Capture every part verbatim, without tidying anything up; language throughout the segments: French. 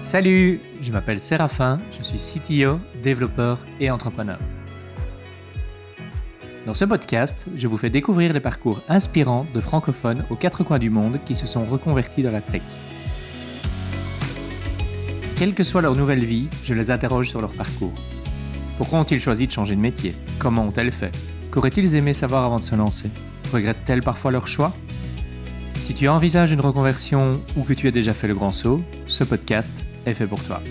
Salut, je m'appelle Séraphin, je suis C T O, développeur et entrepreneur. Dans ce podcast, je vous fais découvrir les parcours inspirants de francophones aux quatre coins du monde qui se sont reconvertis dans la tech. Quelle que soit leur nouvelle vie, je les interroge sur leur parcours. Pourquoi ont-ils choisi de changer de métier? Comment ont-elles fait? Qu'auraient-ils aimé savoir avant de se lancer? Regrettent-elles parfois leur choix? Si tu envisages une reconversion ou que tu as déjà fait le grand saut, ce podcast est fait pour toi.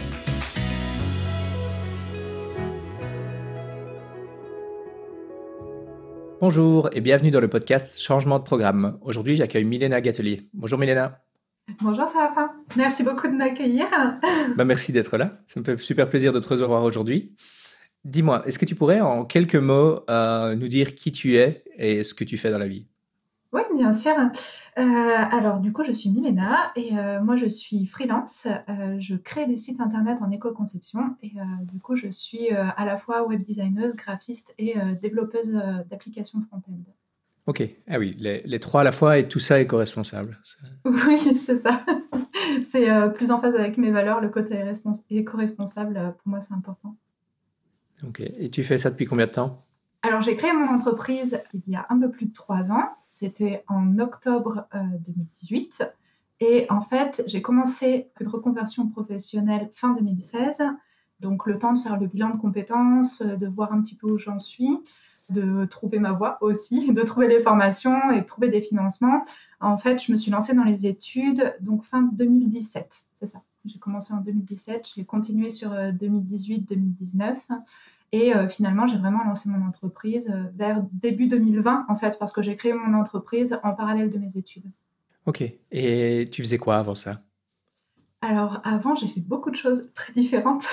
Bonjour et bienvenue dans le podcast Changement de programme. Aujourd'hui, j'accueille Milena Gatelier. Bonjour Milena. Bonjour Séraphin, merci beaucoup de m'accueillir. Bah, merci d'être là, ça me fait super plaisir de te recevoir aujourd'hui. Dis-moi, est-ce que tu pourrais en quelques mots euh, nous dire qui tu es et ce que tu fais dans la vie? Oui, bien sûr. Euh, alors du coup, je suis Milena et euh, moi je suis freelance. Euh, je crée des sites internet en éco-conception et euh, du coup je suis euh, à la fois web designeuse, graphiste et euh, développeuse euh, d'applications front-end. Ok, ah oui, les, les trois à la fois et tout ça éco-responsable. C'est... Oui, c'est ça. C'est euh, plus en phase avec mes valeurs, le côté respons- éco-responsable, euh, pour moi c'est important. Ok, et tu fais ça depuis combien de temps? Alors, j'ai créé mon entreprise il y a un peu plus de trois ans. C'était en octobre euh, deux mille dix-huit. Et en fait, j'ai commencé une reconversion professionnelle fin deux mille seize. Donc, le temps de faire le bilan de compétences, euh, de voir un petit peu où j'en suis, de trouver ma voie aussi, de trouver les formations et de trouver des financements. En fait, je me suis lancée dans les études, donc fin deux mille dix-sept, c'est ça. J'ai commencé en deux mille dix-sept, j'ai continué sur euh, deux mille dix-huit deux mille dix-neuf. Et euh, finalement, j'ai vraiment lancé mon entreprise euh, vers début deux mille vingt, en fait, parce que j'ai créé mon entreprise en parallèle de mes études. Ok, et tu faisais quoi avant ça? Alors, avant, j'ai fait beaucoup de choses très différentes.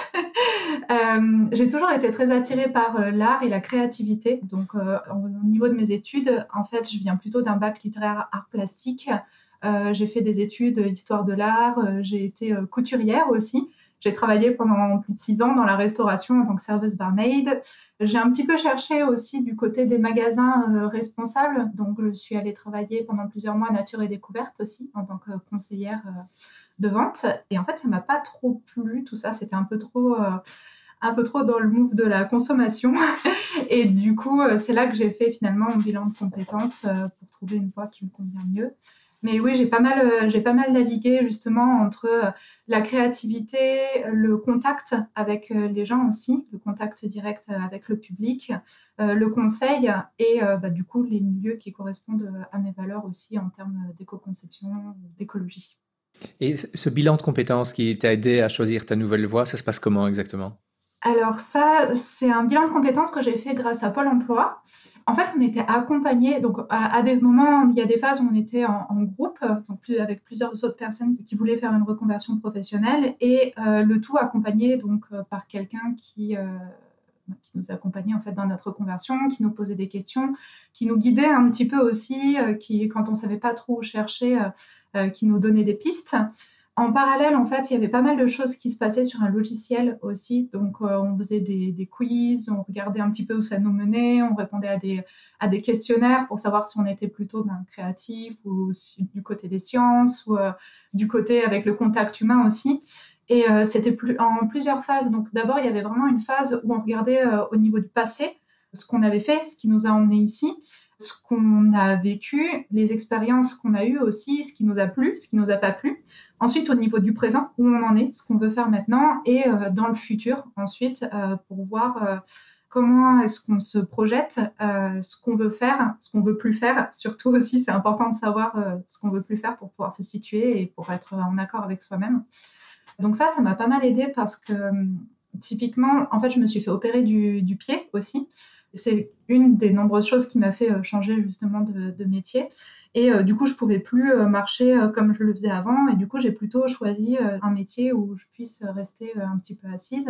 euh, j'ai toujours été très attirée par euh, l'art et la créativité. Donc, euh, au niveau de mes études, en fait, je viens plutôt d'un bac littéraire art plastique. Euh, j'ai fait des études histoire de l'art. Euh, j'ai été euh, couturière aussi. J'ai travaillé pendant plus de six ans dans la restauration en tant que serveuse barmaid. J'ai un petit peu cherché aussi du côté des magasins euh, responsables. Donc, je suis allée travailler pendant plusieurs mois à Nature et Découverte aussi en tant que conseillère euh, de vente. Et en fait, ça m'a pas trop plu, tout ça. C'était un peu trop, euh, un peu trop dans le move de la consommation. Et du coup, euh, c'est là que j'ai fait finalement mon bilan de compétences euh, pour trouver une voie qui me convient mieux. Mais oui, j'ai pas mal, euh, j'ai pas mal navigué justement entre euh, la créativité, le contact avec euh, les gens aussi, le contact direct avec le public, euh, le conseil et euh, bah, du coup les milieux qui correspondent à mes valeurs aussi en termes d'éco-conception, d'écologie. Et ce bilan de compétences qui t'a aidé à choisir ta nouvelle voie, ça se passe comment exactement? Alors ça, c'est un bilan de compétences que j'ai fait grâce à Pôle emploi. En fait, on était accompagnés, donc à, à des moments, il y a des phases où on était en, en groupe, donc plus, avec plusieurs autres personnes qui voulaient faire une reconversion professionnelle, et euh, le tout accompagné donc euh, par quelqu'un qui, euh, qui nous accompagnait en fait dans notre reconversion, qui nous posait des questions, qui nous guidait un petit peu aussi, euh, qui, quand on savait pas trop où chercher, euh, euh, qui nous donnait des pistes. En parallèle, en fait, il y avait pas mal de choses qui se passaient sur un logiciel aussi. Donc, euh, on faisait des, des quiz, on regardait un petit peu où ça nous menait, on répondait à des, à des questionnaires pour savoir si on était plutôt ben, créatif ou si, du côté des sciences ou euh, du côté avec le contact humain aussi. Et euh, c'était plus, en plusieurs phases. Donc, d'abord, il y avait vraiment une phase où on regardait euh, au niveau du passé ce qu'on avait fait, ce qui nous a emmenés ici, ce qu'on a vécu, les expériences qu'on a eues aussi, ce qui nous a plu, ce qui nous a pas plu. Ensuite, au niveau du présent, où on en est, ce qu'on veut faire maintenant, et euh, dans le futur, ensuite, euh, pour voir euh, comment est-ce qu'on se projette, euh, ce qu'on veut faire, ce qu'on veut plus faire. Surtout aussi, c'est important de savoir euh, ce qu'on veut plus faire pour pouvoir se situer et pour être en accord avec soi-même. Donc ça, ça m'a pas mal aidée parce que typiquement, en fait, je me suis fait opérer du, du pied aussi. C'est une des nombreuses choses qui m'a fait euh, changer justement de, de métier. Et euh, du coup, je pouvais plus euh, marcher euh, comme je le faisais avant. Et du coup, j'ai plutôt choisi euh, un métier où je puisse rester euh, un petit peu assise.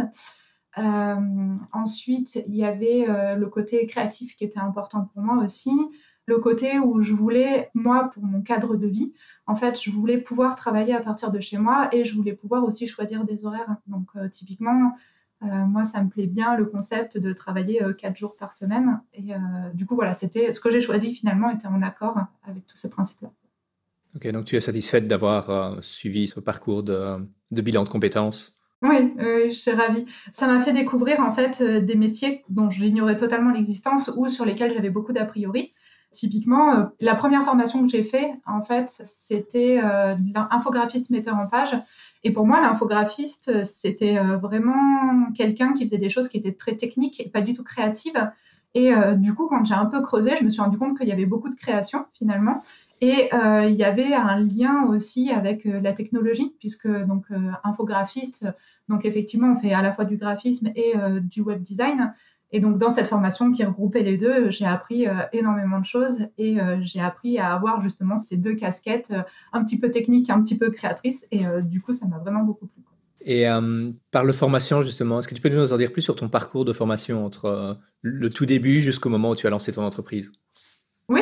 Euh, ensuite, il y avait euh, le côté créatif qui était important pour moi aussi. Le côté où je voulais, moi, pour mon cadre de vie, en fait, je voulais pouvoir travailler à partir de chez moi et je voulais pouvoir aussi choisir des horaires. Donc, euh, typiquement, euh, moi, ça me plaît bien le concept de travailler euh, quatre jours par semaine. Et euh, du coup, voilà, c'était ce que j'ai choisi finalement était en accord avec tous ces principes-là. Ok, donc tu es satisfaite d'avoir euh, suivi ce parcours de, de bilan de compétences? Oui, oui, je suis ravie. Ça m'a fait découvrir en fait euh, des métiers dont j'ignorais totalement l'existence ou sur lesquels j'avais beaucoup d'a priori. Typiquement, euh, la première formation que j'ai fait, en fait, c'était euh, infographiste metteur en page. Et pour moi, l'infographiste, euh, c'était euh, vraiment quelqu'un qui faisait des choses qui étaient très techniques et pas du tout créatives. Et euh, du coup, quand j'ai un peu creusé, je me suis rendu compte qu'il y avait beaucoup de création finalement. Et euh, il y avait un lien aussi avec euh, la technologie, puisque donc euh, infographiste, donc effectivement, on fait à la fois du graphisme et euh, du web design. Et donc dans cette formation qui regroupait les deux, j'ai appris euh, énormément de choses et euh, j'ai appris à avoir justement ces deux casquettes, euh, un petit peu technique, un petit peu créatrice. Et euh, du coup, ça m'a vraiment beaucoup plu. Et euh, par le formation, justement, est-ce que tu peux nous en dire plus sur ton parcours de formation entre euh, le tout début jusqu'au moment où tu as lancé ton entreprise? Oui.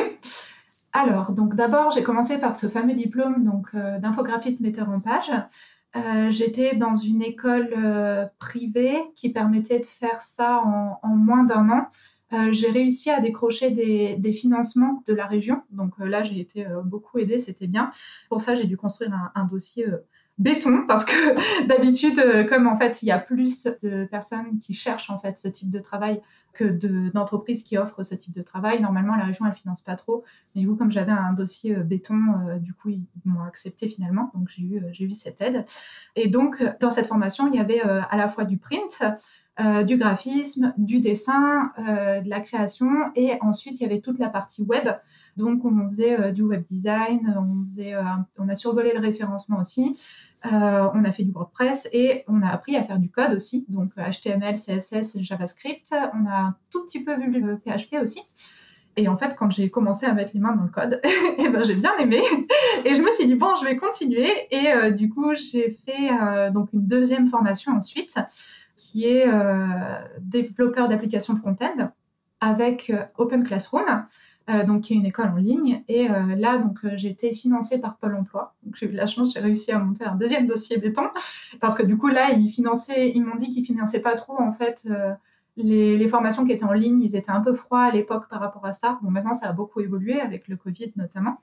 Alors, donc d'abord, j'ai commencé par ce fameux diplôme donc euh, d'infographiste metteur en page. Euh, j'étais dans une école euh, privée qui permettait de faire ça en, en moins d'un an. Euh, j'ai réussi à décrocher des, des financements de la région. Donc euh, là, j'ai été euh, beaucoup aidée, c'était bien. Pour ça, j'ai dû construire un, un dossier euh, béton parce que d'habitude, euh, comme en fait, il y a plus de personnes qui cherchent en fait ce type de travail que de, d'entreprises qui offrent ce type de travail. Normalement, la région, elle finance pas trop. Mais du coup, comme j'avais un dossier euh, béton, euh, du coup, ils, ils m'ont accepté finalement. Donc, j'ai eu, euh, j'ai eu cette aide. Et donc, dans cette formation, il y avait euh, à la fois du print, euh, du graphisme, du dessin, euh, de la création, et ensuite, il y avait toute la partie web. Donc, on faisait euh, du web design, on, faisait, euh, on a survolé le référencement aussi, euh, on a fait du WordPress, et on a appris à faire du code aussi, donc H T M L, C S S, JavaScript. On a un tout petit peu vu le P H P aussi. Et en fait, quand j'ai commencé à mettre les mains dans le code, eh ben, j'ai bien aimé. Et je me suis dit, bon, je vais continuer. Et euh, du coup, j'ai fait euh, donc une deuxième formation ensuite, qui est euh, développeur d'applications front-end avec euh, Open Classroom, euh, donc qui est une école en ligne. Et euh, là, donc, euh, j'ai été financée par Pôle emploi. Donc, j'ai eu de la chance, j'ai réussi à monter un deuxième dossier béton. Parce que du coup, là, ils finançaient, ils m'ont dit qu'ils finançaient pas trop, en fait, euh, les, les formations qui étaient en ligne, ils étaient un peu froids à l'époque par rapport à ça. Bon, maintenant, ça a beaucoup évolué avec le Covid notamment.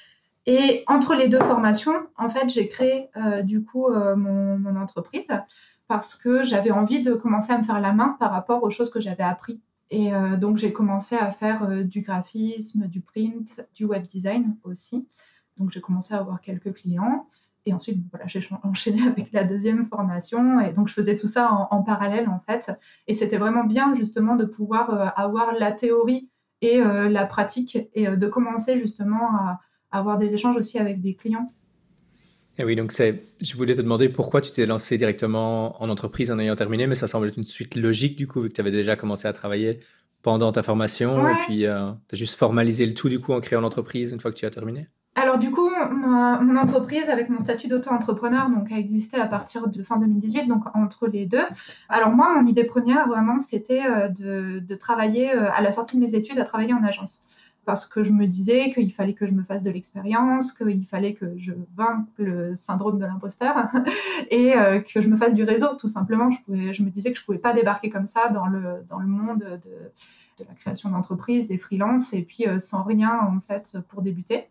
Et entre les deux formations, en fait, j'ai créé euh, du coup euh, mon, mon entreprise parce que j'avais envie de commencer à me faire la main par rapport aux choses que j'avais appris. Et euh, donc, j'ai commencé à faire euh, du graphisme, du print, du web design aussi. Donc, j'ai commencé à avoir quelques clients. Et ensuite, voilà, j'ai enchaîné avec la deuxième formation. Et donc, je faisais tout ça en, en parallèle, en fait. Et c'était vraiment bien, justement, de pouvoir euh, avoir la théorie et euh, la pratique et euh, de commencer, justement, à avoir des échanges aussi avec des clients. Et oui, donc c'est, je voulais te demander pourquoi tu t'es lancé directement en entreprise en ayant terminé, mais ça semble être une suite logique du coup, vu que tu avais déjà commencé à travailler pendant ta formation et Ouais. puis euh, tu as juste formalisé le tout du coup en créant l'entreprise une fois que tu as terminé. Alors du coup, ma- mon entreprise avec mon statut d'auto-entrepreneur donc a existé à partir de fin deux mille dix-huit, donc entre les deux. Alors moi, mon idée première vraiment, c'était euh, de, de travailler euh, à la sortie de mes études, à travailler en agence. Parce que je me disais qu'il fallait que je me fasse de l'expérience, qu'il fallait que je vainque le syndrome de l'imposteur et euh, que je me fasse du réseau, tout simplement. Je, pouvais, je me disais que je pouvais pas débarquer comme ça dans le, dans le monde de, de la création d'entreprise, des freelances, et puis euh, sans rien en fait pour débuter.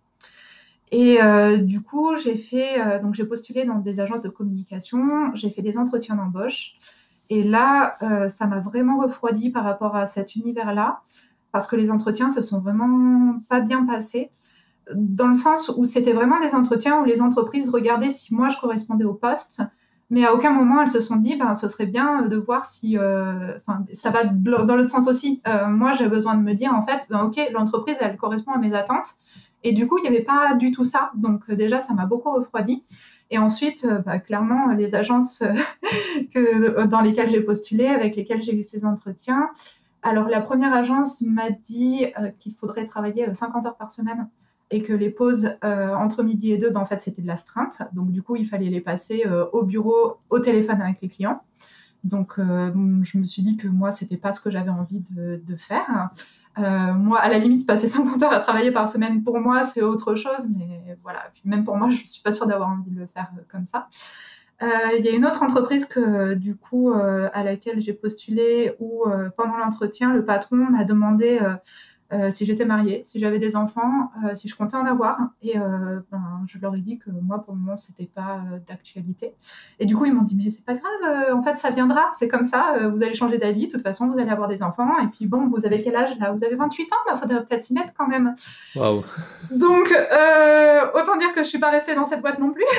Et euh, du coup, j'ai fait, euh, donc j'ai postulé dans des agences de communication, j'ai fait des entretiens d'embauche. Et là, euh, ça m'a vraiment refroidi par rapport à cet univers-là, parce que les entretiens se sont vraiment pas bien passés, dans le sens où c'était vraiment des entretiens où les entreprises regardaient si moi je correspondais au poste, mais à aucun moment elles se sont dit, ben ce serait bien de voir si, euh, enfin, ça va dans l'autre sens aussi. Euh, moi, j'ai besoin de me dire en fait, ben ok, l'entreprise elle correspond à mes attentes. Et du coup, il n'y avait pas du tout ça. Donc euh, déjà, ça m'a beaucoup refroidi. Et ensuite, euh, bah, clairement, les agences euh, que, dans lesquelles j'ai postulé, avec lesquelles j'ai eu ces entretiens. Alors, la première agence m'a dit euh, qu'il faudrait travailler euh, cinquante heures par semaine et que les pauses euh, entre midi et deux, ben, en fait, c'était de l'astreinte. Donc, du coup, il fallait les passer euh, au bureau, au téléphone avec les clients. Donc, euh, je me suis dit que moi, c'était pas ce que j'avais envie de, de faire. Euh, moi, à la limite, passer cinquante heures à travailler par semaine, pour moi, c'est autre chose. Mais voilà, puis même pour moi, je suis pas sûre d'avoir envie de le faire euh, comme ça. Euh, Il y a une autre entreprise que, du coup, euh, à laquelle j'ai postulé où, euh, pendant l'entretien, le patron m'a demandé euh, euh, si j'étais mariée, si j'avais des enfants, euh, si je comptais en avoir. Et euh, ben, je leur ai dit que moi, pour le moment, c'était pas euh, d'actualité. Et du coup, ils m'ont dit, mais c'est pas grave, euh, en fait, ça viendra, c'est comme ça, euh, vous allez changer d'avis, de toute façon, vous allez avoir des enfants. Et puis bon, vous avez quel âge là? Vous avez vingt-huit ans, il bah, faudrait peut-être s'y mettre quand même. Waouh. Donc, euh, autant dire que je suis pas restée dans cette boîte non plus.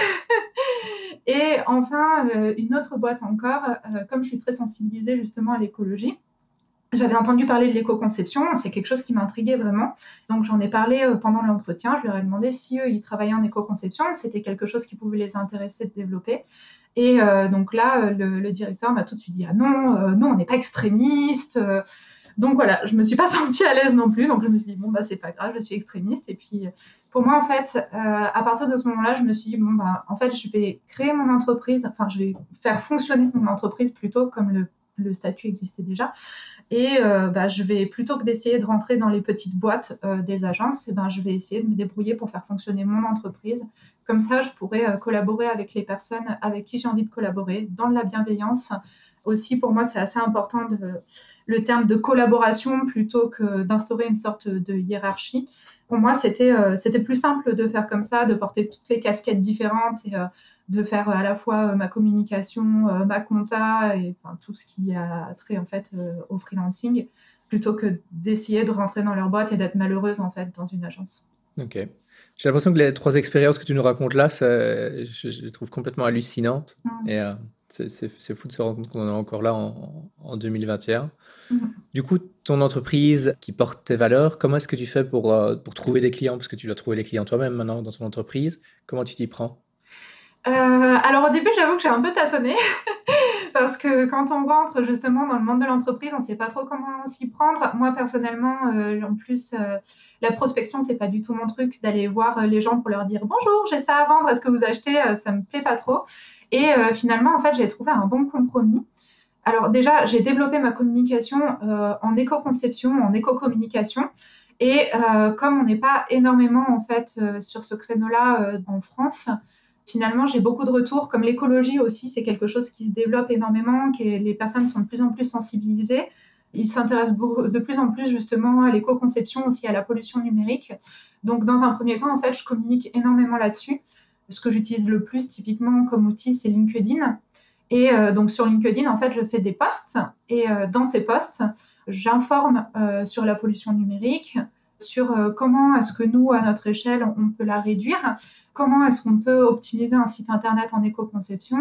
Et enfin, euh, une autre boîte encore, euh, comme je suis très sensibilisée justement à l'écologie, j'avais entendu parler de l'éco-conception, c'est quelque chose qui m'intriguait vraiment. Donc j'en ai parlé euh, pendant l'entretien, je leur ai demandé si eux, ils travaillaient en éco-conception, c'était quelque chose qui pouvait les intéresser de développer. Et euh, donc là, le, le directeur m'a tout de suite dit « Ah non, euh, nous, on n'est pas extrémistes euh, ». Donc voilà, je me suis pas sentie à l'aise non plus, donc je me suis dit « Bon, bah c'est pas grave, je suis extrémiste ». Et puis pour moi, en fait, euh, à partir de ce moment-là, je me suis dit « Bon, bah en fait, je vais créer mon entreprise, enfin, je vais faire fonctionner mon entreprise plutôt comme le, le statut existait déjà ». Et euh, bah, je vais, plutôt que d'essayer de rentrer dans les petites boîtes euh, des agences, et ben, je vais essayer de me débrouiller pour faire fonctionner mon entreprise. Comme ça, je pourrais euh, collaborer avec les personnes avec qui j'ai envie de collaborer, dans de la bienveillance. Aussi, pour moi, c'est assez important de, le terme de collaboration plutôt que d'instaurer une sorte de hiérarchie. Pour moi, c'était, euh, c'était plus simple de faire comme ça, de porter toutes les casquettes différentes et euh, de faire à la fois euh, ma communication, euh, ma compta et enfin, tout ce qui a trait en fait euh, au freelancing, plutôt que d'essayer de rentrer dans leur boîte et d'être malheureuse en fait dans une agence. Ok. J'ai l'impression que les trois expériences que tu nous racontes là, ça, je, je les trouve complètement hallucinantes. Mmh. Et euh, c'est, c'est, c'est fou de se rendre compte qu'on en est encore là en, en deux mille vingt et un. Mmh. Du coup, ton entreprise qui porte tes valeurs, comment est-ce que tu fais pour, euh, pour trouver des clients? Parce que tu dois trouver les clients toi-même maintenant dans ton entreprise. Comment tu t'y prends? Euh, alors au début, j'avoue que j'ai un peu tâtonné parce que quand on rentre justement dans le monde de l'entreprise, on ne sait pas trop comment s'y prendre. Moi personnellement, euh, en plus, euh, la prospection, c'est pas du tout mon truc d'aller voir les gens pour leur dire bonjour, j'ai ça à vendre, est-ce que vous achetez? euh, Ça me plaît pas trop. Et euh, finalement, en fait, j'ai trouvé un bon compromis. Alors déjà, j'ai développé ma communication euh, en éco-conception, en éco-communication. Et euh, comme on n'est pas énormément en fait euh, sur ce créneau-là euh, en France, finalement, j'ai beaucoup de retours. Comme l'écologie aussi, c'est quelque chose qui se développe énormément, que les personnes sont de plus en plus sensibilisées. Ils s'intéressent beaucoup, de plus en plus justement à l'éco-conception, aussi à la pollution numérique. Donc, dans un premier temps, en fait, je communique énormément là-dessus. Ce que j'utilise le plus, typiquement, comme outil, c'est LinkedIn. Et euh, donc, sur LinkedIn, en fait, je fais des posts. Et euh, dans ces posts, j'informe euh, sur la pollution numérique, sur euh, comment est-ce que nous, à notre échelle, on peut la réduire, comment est-ce qu'on peut optimiser un site internet en éco-conception.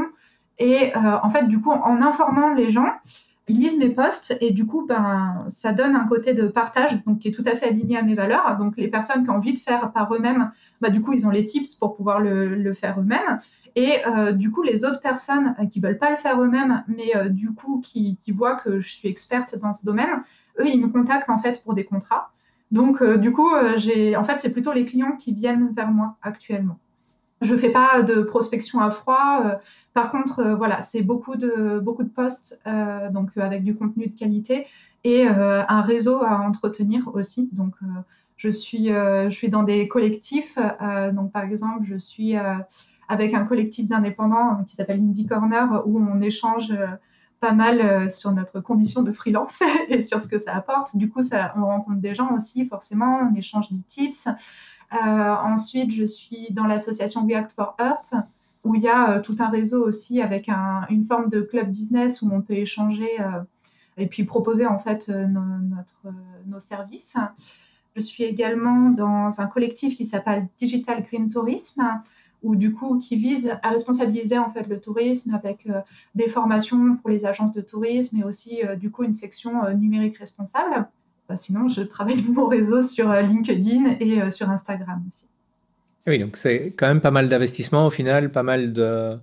Et euh, en fait, du coup, en informant les gens, ils lisent mes posts et du coup, ben, ça donne un côté de partage donc, qui est tout à fait aligné à mes valeurs. Donc, les personnes qui ont envie de faire par eux-mêmes, bah, du coup, ils ont les tips pour pouvoir le, le faire eux-mêmes. Et euh, du coup, les autres personnes qui ne veulent pas le faire eux-mêmes, mais euh, du coup, qui, qui voient que je suis experte dans ce domaine, eux, ils me contactent en fait pour des contrats. Donc, euh, du coup, euh, j'ai... en fait, c'est plutôt les clients qui viennent vers moi actuellement. Je ne fais pas de prospection à froid. Euh, par contre, euh, voilà, c'est beaucoup de, beaucoup de posts, euh, donc euh, avec du contenu de qualité et euh, un réseau à entretenir aussi. Donc, euh, je, suis, euh, je suis dans des collectifs. Euh, donc, par exemple, je suis euh, avec un collectif d'indépendants euh, qui s'appelle Indie Corner où on échange euh, pas mal euh, sur notre condition de freelance et sur ce que ça apporte. Du coup, ça, on rencontre des gens aussi, forcément, on échange des tips. Euh, ensuite, je suis dans l'association React for Earth, où il y a euh, tout un réseau aussi avec un, une forme de club business où on peut échanger euh, et puis proposer en fait euh, nos, notre, euh, nos services. Je suis également dans un collectif qui s'appelle Digital Green Tourism, où du coup qui vise à responsabiliser en fait le tourisme avec euh, des formations pour les agences de tourisme et aussi euh, du coup une section euh, numérique responsable. Sinon, je travaille mon réseau sur LinkedIn et sur Instagram aussi. Oui, donc c'est quand même pas mal d'investissement au final, pas mal de,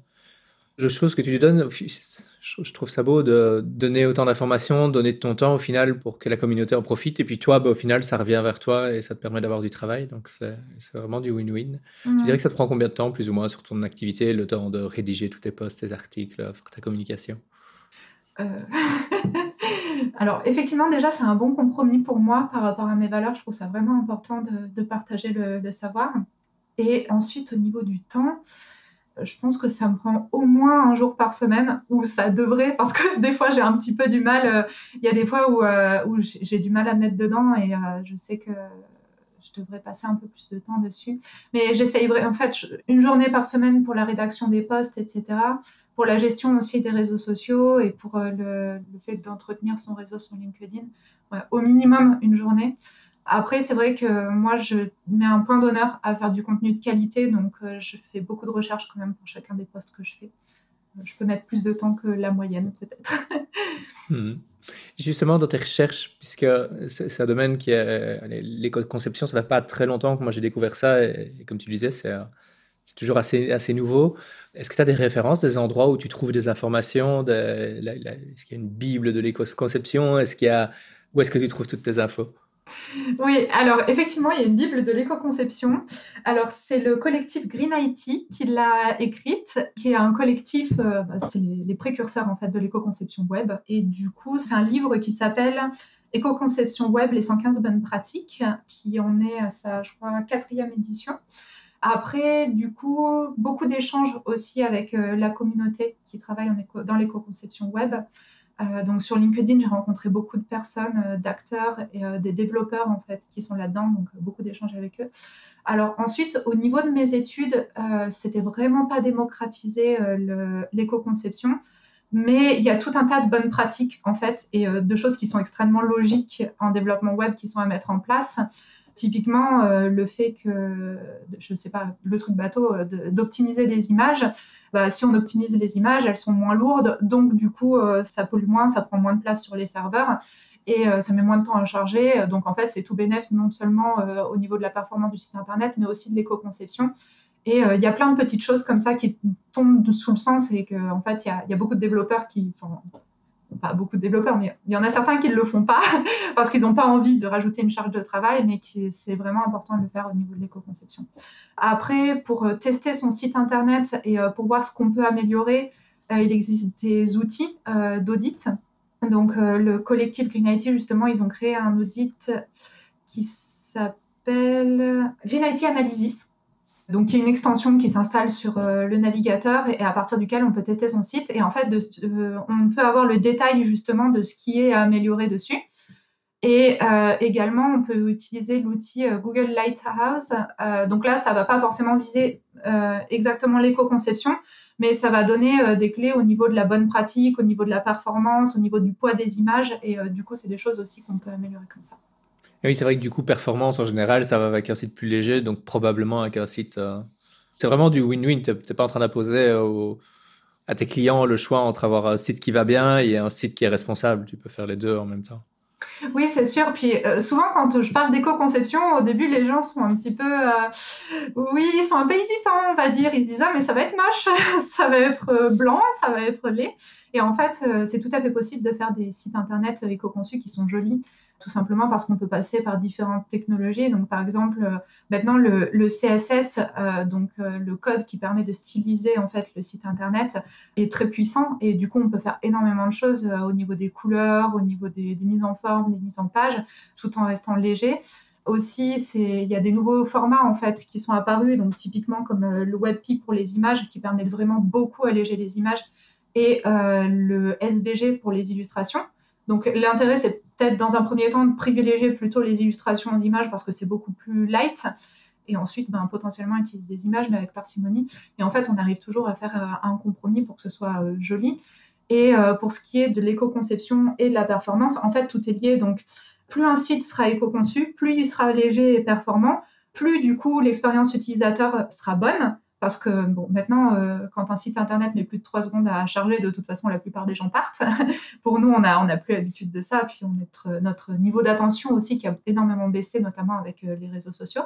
de choses que tu lui donnes. Je trouve ça beau de donner autant d'informations, donner de ton temps au final pour que la communauté en profite. Et puis toi, bah, au final, ça revient vers toi et ça te permet d'avoir du travail. Donc c'est, c'est vraiment du win-win. Mmh. Tu dirais que ça te prend combien de temps, plus ou moins, sur ton activité, le temps de rédiger tous tes posts, tes articles, faire ta communication? euh... Alors, effectivement, déjà, c'est un bon compromis pour moi par rapport à mes valeurs. Je trouve ça vraiment important de, de partager le, le savoir. Et ensuite, au niveau du temps, je pense que ça me prend au moins un jour par semaine, ou ça devrait, parce que des fois j'ai un petit peu du mal. Il y a des fois où, euh, où j'ai du mal à me mettre dedans et euh, je sais que je devrais passer un peu plus de temps dessus. Mais j'essaye, en fait, une journée par semaine pour la rédaction des posts, et cetera. Pour la gestion aussi des réseaux sociaux et pour euh, le, le fait d'entretenir son réseau sur LinkedIn. Ouais, au minimum une journée. Après, c'est vrai que moi, je mets un point d'honneur à faire du contenu de qualité, donc euh, je fais beaucoup de recherches quand même pour chacun des posts que je fais. Je peux mettre plus de temps que la moyenne, peut-être. Mmh. Justement, dans tes recherches, puisque c'est, c'est un domaine qui est... allez, l'éco-conception, ça fait pas très longtemps que moi j'ai découvert ça, et, et comme tu le disais, c'est, euh, c'est toujours assez, assez nouveau. Est-ce que tu as des références, des endroits où tu trouves des informations de, la- la- est-ce qu'il y a une bible de l'éco-conception? Est-ce qu'il y a, où est-ce que tu trouves toutes tes infos? Oui, alors effectivement, il y a une Bible de l'éco-conception. Alors, c'est le collectif Green I T qui l'a écrite, qui est un collectif, euh, bah, c'est les, les précurseurs en fait de l'éco-conception web. Et du coup, c'est un livre qui s'appelle Éco-conception web, les cent quinze bonnes pratiques, qui en est à sa, je crois, quatrième édition. Après, du coup, beaucoup d'échanges aussi avec euh, la communauté qui travaille en éco- dans l'éco-conception web. Euh, donc sur LinkedIn, j'ai rencontré beaucoup de personnes, euh, d'acteurs et euh, des développeurs en fait qui sont là-dedans, donc euh, beaucoup d'échanges avec eux. Alors ensuite, au niveau de mes études, euh, c'était vraiment pas démocratisé euh, le, l'éco-conception, mais il y a tout un tas de bonnes pratiques en fait et euh, de choses qui sont extrêmement logiques en développement web qui sont à mettre en place. Typiquement, euh, le fait que, je sais pas, le truc bateau, euh, de, d'optimiser des images, bah, si on optimise les images, elles sont moins lourdes, donc du coup, euh, ça pollue moins, ça prend moins de place sur les serveurs et euh, ça met moins de temps à charger. Donc en fait, c'est tout bénef non seulement euh, au niveau de la performance du site internet, mais aussi de l'éco-conception. Et il euh, y a plein de petites choses comme ça qui tombent sous le sens et qu'en en fait, il y, y a beaucoup de développeurs qui... pas beaucoup de développeurs, mais il y en a certains qui ne le font pas parce qu'ils n'ont pas envie de rajouter une charge de travail, mais qui, c'est vraiment important de le faire au niveau de l'éco-conception. Après, pour tester son site internet et pour voir ce qu'on peut améliorer, il existe des outils euh, d'audit. Donc, euh, le collectif Green I T, justement, ils ont créé un audit qui s'appelle Green I T Analysis. Donc, il y a une extension qui s'installe sur euh, le navigateur et, et à partir duquel on peut tester son site. Et en fait, de, euh, on peut avoir le détail justement de ce qui est amélioré dessus. Et euh, également, on peut utiliser l'outil euh, Google Lighthouse. Euh, donc là, ça ne va pas forcément viser euh, exactement l'éco-conception, mais ça va donner euh, des clés au niveau de la bonne pratique, au niveau de la performance, au niveau du poids des images. Et euh, du coup, c'est des choses aussi qu'on peut améliorer comme ça. Et oui, c'est vrai que du coup, performance en général, ça va avec un site plus léger, donc probablement avec un site. euh, C'est vraiment du win-win. Tu n'es pas en train d'imposer au- à tes clients le choix entre avoir un site qui va bien et un site qui est responsable. Tu peux faire les deux en même temps. Oui, c'est sûr. Puis euh, souvent, quand je parle d'éco-conception, au début, les gens sont un petit peu... euh, oui, ils sont un peu hésitants, on va dire. Ils se disent « Ah, mais ça va être moche, ça va être euh, blanc, ça va être laid. » Et en fait, euh, c'est tout à fait possible de faire des sites internet éco-conçus qui sont jolis, tout simplement parce qu'on peut passer par différentes technologies. Donc, par exemple, euh, maintenant, le, le C S S, euh, donc euh, le code qui permet de styliser en fait le site internet, est très puissant. Et du coup, on peut faire énormément de choses euh, au niveau des couleurs, au niveau des, des mises en forme, des mises en page, tout en restant léger. Aussi, c'est, il y a des nouveaux formats en fait qui sont apparus, donc typiquement comme euh, le WebP pour les images, qui permettent vraiment beaucoup alléger les images, et euh, le S V G pour les illustrations. Donc l'intérêt, c'est peut-être dans un premier temps de privilégier plutôt les illustrations aux images parce que c'est beaucoup plus light. Et ensuite, ben, potentiellement utiliser des images, mais avec parcimonie. Et en fait, on arrive toujours à faire euh, un compromis pour que ce soit euh, joli. Et euh, pour ce qui est de l'éco-conception et de la performance, en fait, tout est lié. Donc, plus un site sera éco-conçu, plus il sera léger et performant, plus du coup l'expérience utilisateur sera bonne. Parce que bon, maintenant, euh, quand un site internet met plus de trois secondes à charger, de toute façon, la plupart des gens partent. Pour nous, on n'a on a plus l'habitude de ça. Puis on notre, notre niveau d'attention aussi qui a énormément baissé, notamment avec euh, les réseaux sociaux.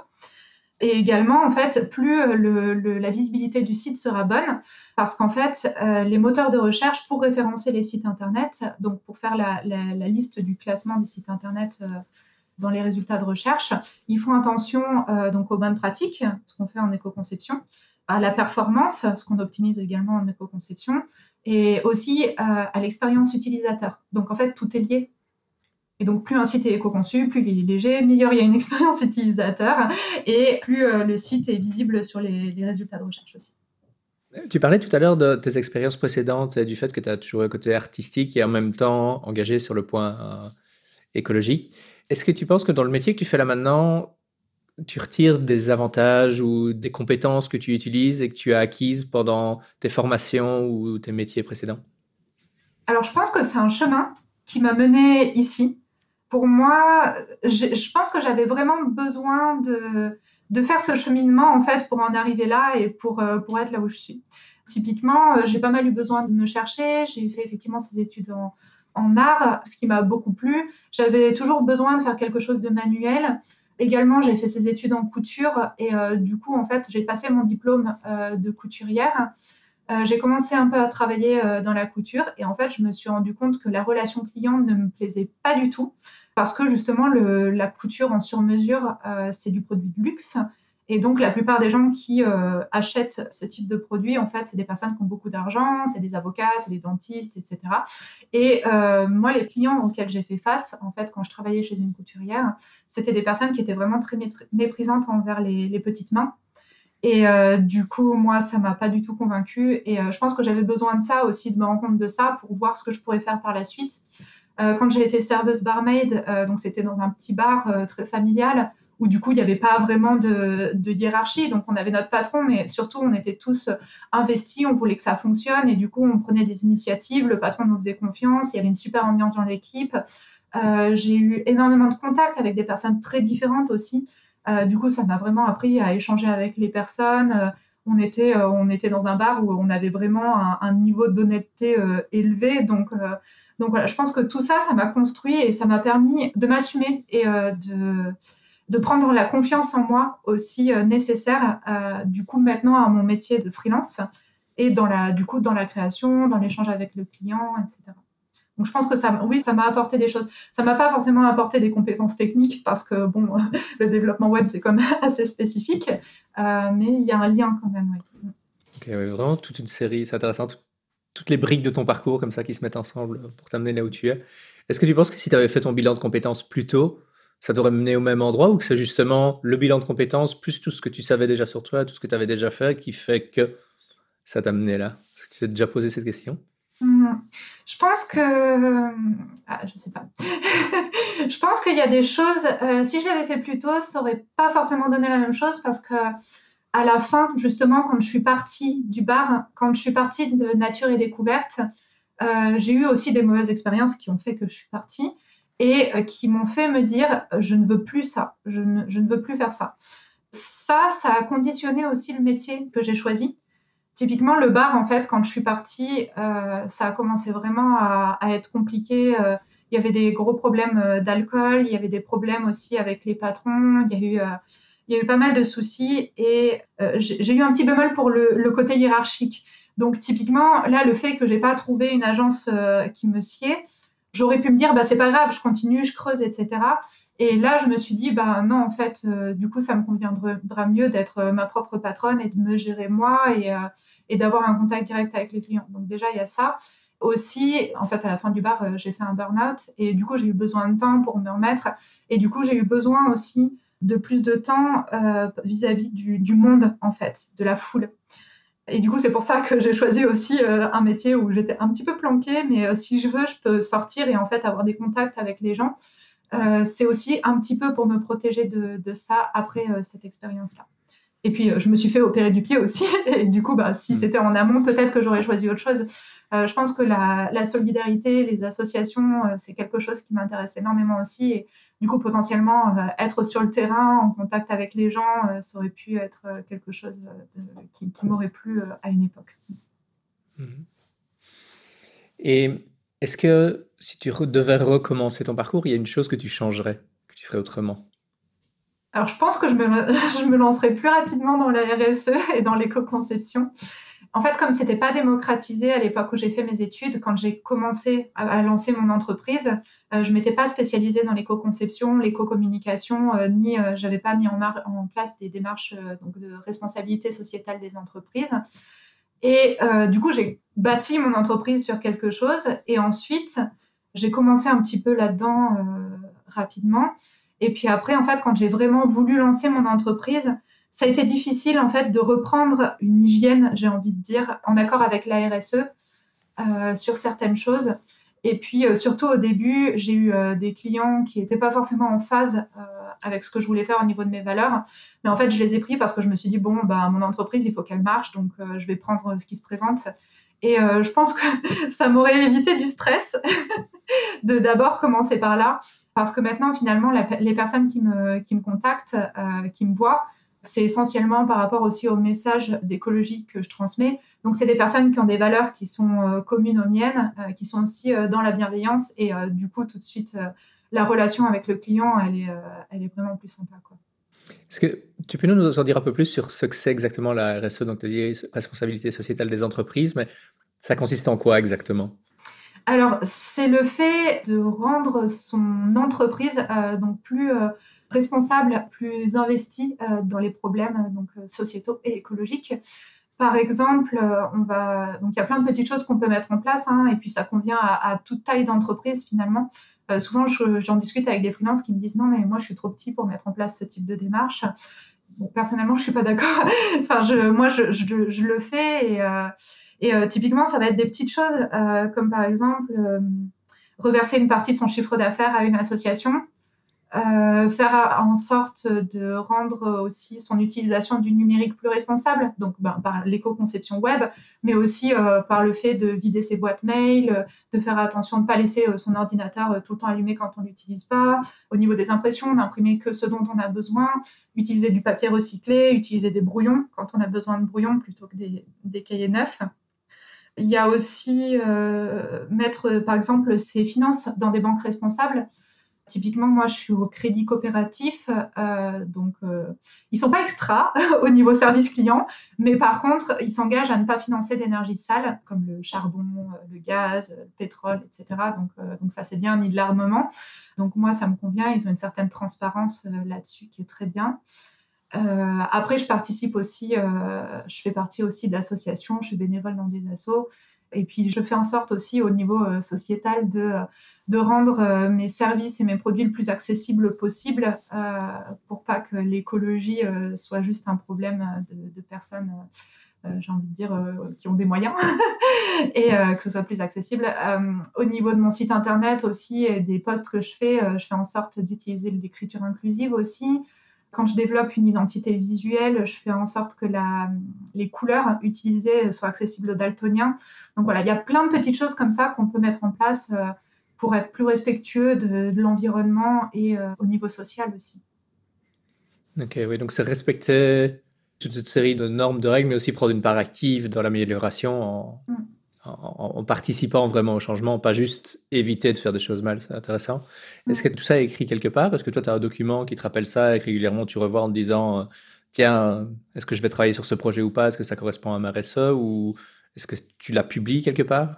Et également, en fait, plus le, le, la visibilité du site sera bonne, parce qu'en fait, euh, les moteurs de recherche, pour référencer les sites internet, donc pour faire la, la, la liste du classement des sites internet euh, dans les résultats de recherche, ils font attention euh, donc aux bonnes pratiques, ce qu'on fait en éco-conception, à la performance, ce qu'on optimise également en éco-conception, et aussi euh, à l'expérience utilisateur. Donc en fait, tout est lié. Et donc, plus un site est éco-conçu, plus il est léger, meilleure il y a une expérience utilisateur et plus euh, le site est visible sur les, les résultats de recherche aussi. Tu parlais tout à l'heure de tes expériences précédentes et du fait que tu as toujours un côté artistique et en même temps engagé sur le point euh, écologique. Est-ce que tu penses que dans le métier que tu fais là maintenant, tu retires des avantages ou des compétences que tu utilises et que tu as acquises pendant tes formations ou tes métiers précédents? Alors, je pense que c'est un chemin qui m'a menée ici. Pour moi, j'ai- je pense que j'avais vraiment besoin de, de faire ce cheminement, en fait, pour en arriver là et pour, euh, pour être là où je suis. Typiquement, euh, j'ai pas mal eu besoin de me chercher. J'ai fait effectivement ces études en, en art, ce qui m'a beaucoup plu. J'avais toujours besoin de faire quelque chose de manuel. Également, j'ai fait ces études en couture et euh, du coup, en fait, j'ai passé mon diplôme euh, de couturière. Euh, j'ai commencé un peu à travailler euh, dans la couture et en fait, je me suis rendu compte que la relation client ne me plaisait pas du tout parce que justement, le, la couture en sur-mesure, euh, c'est du produit de luxe. Et donc, la plupart des gens qui euh, achètent ce type de produit, en fait, c'est des personnes qui ont beaucoup d'argent, c'est des avocats, c'est des dentistes, et cetera. Et euh, moi, les clients auxquels j'ai fait face, en fait, quand je travaillais chez une couturière, c'était des personnes qui étaient vraiment très méprisantes envers les, les petites mains. Et euh, du coup, moi, ça m'a pas du tout convaincue. Et euh, je pense que j'avais besoin de ça aussi, de me rendre compte de ça pour voir ce que je pourrais faire par la suite. Euh, quand j'ai été serveuse barmaid, euh, donc c'était dans un petit bar euh, très familial, où du coup, il n'y avait pas vraiment de, de hiérarchie. Donc, on avait notre patron, mais surtout, on était tous investis, on voulait que ça fonctionne. Et du coup, on prenait des initiatives, le patron nous faisait confiance, il y avait une super ambiance dans l'équipe. Euh, j'ai eu énormément de contacts avec des personnes très différentes aussi. Euh, du coup, ça m'a vraiment appris à échanger avec les personnes. Euh, on était, euh, on était dans un bar où on avait vraiment un, un niveau d'honnêteté euh, élevé. Donc, euh, donc voilà, je pense que tout ça, ça m'a construit et ça m'a permis de m'assumer et euh, de, de prendre la confiance en moi aussi euh, nécessaire, euh, du coup, maintenant à mon métier de freelance et dans la, du coup, dans la création, dans l'échange avec le client, et cetera. Donc, je pense que ça, oui, ça m'a apporté des choses. Ça m'a pas forcément apporté des compétences techniques parce que, bon, le développement web, c'est quand même assez spécifique. Euh, mais il y a un lien quand même, oui. Ok, ouais, vraiment toute une série, c'est intéressant. tout- Toutes les briques de ton parcours comme ça qui se mettent ensemble pour t'amener là où tu es. Est-ce que tu penses que si tu avais fait ton bilan de compétences plus tôt, ça t'aurait mené au même endroit ou que c'est justement le bilan de compétences plus tout ce que tu savais déjà sur toi, tout ce que tu avais déjà fait qui fait que ça t'a mené là? Est-ce que tu t'es déjà posé cette question? Hum, Je pense que... Ah, je sais pas. Je pense qu'il y a des choses... euh, si je l'avais fait plus tôt, ça aurait pas forcément donné la même chose parce que à la fin, justement, quand je suis partie du bar, quand je suis partie de Nature et Découverte, euh, j'ai eu aussi des mauvaises expériences qui ont fait que je suis partie et euh, qui m'ont fait me dire euh, je ne veux plus ça, je ne, je ne veux plus faire ça. Ça, ça a conditionné aussi le métier que j'ai choisi. Typiquement, le bar, en fait, quand je suis partie, euh, ça a commencé vraiment à, à être compliqué. Euh, il y avait des gros problèmes euh, d'alcool, il y avait des problèmes aussi avec les patrons, il y a eu, euh, il y a eu pas mal de soucis et euh, j'ai, j'ai eu un petit bémol pour le, le côté hiérarchique. Donc, typiquement, là, le fait que j'ai pas trouvé une agence euh, qui me sied, j'aurais pu me dire, bah, c'est pas grave, je continue, je creuse, et cetera. Et là, je me suis dit, bah non, en fait, euh, du coup, ça me conviendra mieux d'être euh, ma propre patronne et de me gérer moi et, euh, et d'avoir un contact direct avec les clients. Donc déjà, il y a ça. Aussi, en fait, à la fin du bar, euh, j'ai fait un burn-out et du coup, j'ai eu besoin de temps pour me remettre. Et du coup, j'ai eu besoin aussi de plus de temps euh, vis-à-vis du, du monde, en fait, de la foule. Et du coup, c'est pour ça que j'ai choisi aussi euh, un métier où j'étais un petit peu planquée, mais euh, si je veux, je peux sortir et en fait avoir des contacts avec les gens. Euh, c'est aussi un petit peu pour me protéger de, de ça après euh, cette expérience-là. Et puis, euh, je me suis fait opérer du pied aussi. Et du coup, bah, si Mm. c'était en amont, peut-être que j'aurais choisi autre chose. Euh, je pense que la, la solidarité, les associations, euh, c'est quelque chose qui m'intéresse énormément aussi. Et du coup, potentiellement, euh, être sur le terrain, en contact avec les gens, euh, ça aurait pu être euh, quelque chose euh, de, qui, qui m'aurait plu euh, à une époque. Mhm. Et est-ce que si tu re- devais recommencer ton parcours, il y a une chose que tu changerais, que tu ferais autrement? Alors, je pense que je me, je me lancerai plus rapidement dans la R S E et dans l'éco-conception. En fait, comme c'était pas démocratisé à l'époque où j'ai fait mes études, quand j'ai commencé à, à lancer mon entreprise, euh, je m'étais pas spécialisée dans l'éco-conception, l'éco-communication, euh, ni euh, j'avais pas mis en, mar- en place des démarches euh, donc de responsabilité sociétale des entreprises. Et euh, du coup, j'ai bâti mon entreprise sur quelque chose. Et ensuite, j'ai commencé un petit peu là-dedans euh, rapidement. Et puis après, en fait, quand j'ai vraiment voulu lancer mon entreprise, ça a été difficile en fait de reprendre une hygiène, j'ai envie de dire, en accord avec l'A R S E euh, sur certaines choses. Et puis euh, surtout au début, j'ai eu euh, des clients qui n'étaient pas forcément en phase euh, avec ce que je voulais faire au niveau de mes valeurs. Mais en fait, je les ai pris parce que je me suis dit, bon, bah, mon entreprise, il faut qu'elle marche, donc euh, je vais prendre ce qui se présente. Et euh, je pense que ça m'aurait évité du stress de d'abord commencer par là. Parce que maintenant, finalement, la, les personnes qui me, qui me contactent, euh, qui me voient, c'est essentiellement par rapport aussi au message d'écologie que je transmets. Donc, c'est des personnes qui ont des valeurs qui sont euh, communes aux miennes, euh, qui sont aussi euh, dans la bienveillance. Et euh, du coup, tout de suite, euh, la relation avec le client, elle est, euh, elle est vraiment plus sympa, quoi. Est-ce que tu peux nous en dire un peu plus sur ce que c'est exactement la R S E, donc tu as dit responsabilité sociétale des entreprises, mais ça consiste en quoi exactement? Alors, c'est le fait de rendre son entreprise euh, donc plus euh, responsable, plus investie euh, dans les problèmes euh, donc, euh, sociétaux et écologiques. Par exemple, euh, on va donc il y a plein de petites choses qu'on peut mettre en place, hein, et puis ça convient à, à toute taille d'entreprise finalement. Euh, souvent, je, j'en discute avec des freelances qui me disent non, mais moi, je suis trop petit pour mettre en place ce type de démarche. Bon, personnellement, je suis pas d'accord. enfin, je, moi, je, je, je le fais et, euh, et euh, typiquement, ça va être des petites choses euh, comme par exemple euh, reverser une partie de son chiffre d'affaires à une association. Euh, faire en sorte de rendre aussi son utilisation du numérique plus responsable, donc ben, par l'éco-conception web, mais aussi euh, par le fait de vider ses boîtes mail, de faire attention de ne pas laisser euh, son ordinateur euh, tout le temps allumé quand on ne l'utilise pas. Au niveau des impressions, d'imprimer que ce dont on a besoin, utiliser du papier recyclé, utiliser des brouillons quand on a besoin de brouillons plutôt que des, des cahiers neufs. Il y a aussi euh, mettre, par exemple, ses finances dans des banques responsables. Typiquement, moi, je suis au Crédit Coopératif, euh, donc euh, ils sont pas extra au niveau service client, mais par contre, ils s'engagent à ne pas financer d'énergie sale, comme le charbon, le gaz, le pétrole, et cetera. Donc, euh, donc ça, c'est bien, ni de l'armement. Donc moi, ça me convient, ils ont une certaine transparence euh, là-dessus qui est très bien. Euh, après, je participe aussi, euh, je fais partie aussi d'associations, je suis bénévole dans des assos, et puis je fais en sorte aussi au niveau euh, sociétal de... de rendre euh, mes services et mes produits le plus accessibles possible euh, pour pas que l'écologie euh, soit juste un problème de, de personnes, euh, j'ai envie de dire, euh, qui ont des moyens et euh, que ce soit plus accessible. Euh, au niveau de mon site internet aussi et des posts que je fais, euh, je fais en sorte d'utiliser l'écriture inclusive aussi. Quand je développe une identité visuelle, je fais en sorte que la, les couleurs utilisées soient accessibles aux daltoniens. Donc voilà, il y a plein de petites choses comme ça qu'on peut mettre en place euh, pour être plus respectueux de, de l'environnement et euh, au niveau social aussi. Ok, oui, donc c'est respecter toute cette série de normes, de règles, mais aussi prendre une part active dans l'amélioration en, mm. en, en participant vraiment au changement, pas juste éviter de faire des choses mal, c'est intéressant. Mm. Est-ce que tout ça est écrit quelque part? Est-ce que toi, tu as un document qui te rappelle ça et que régulièrement tu revois en te disant euh, tiens, est-ce que je vais travailler sur ce projet ou pas? Est-ce que ça correspond à ma R S E? Ou est-ce que tu l'as publié quelque part?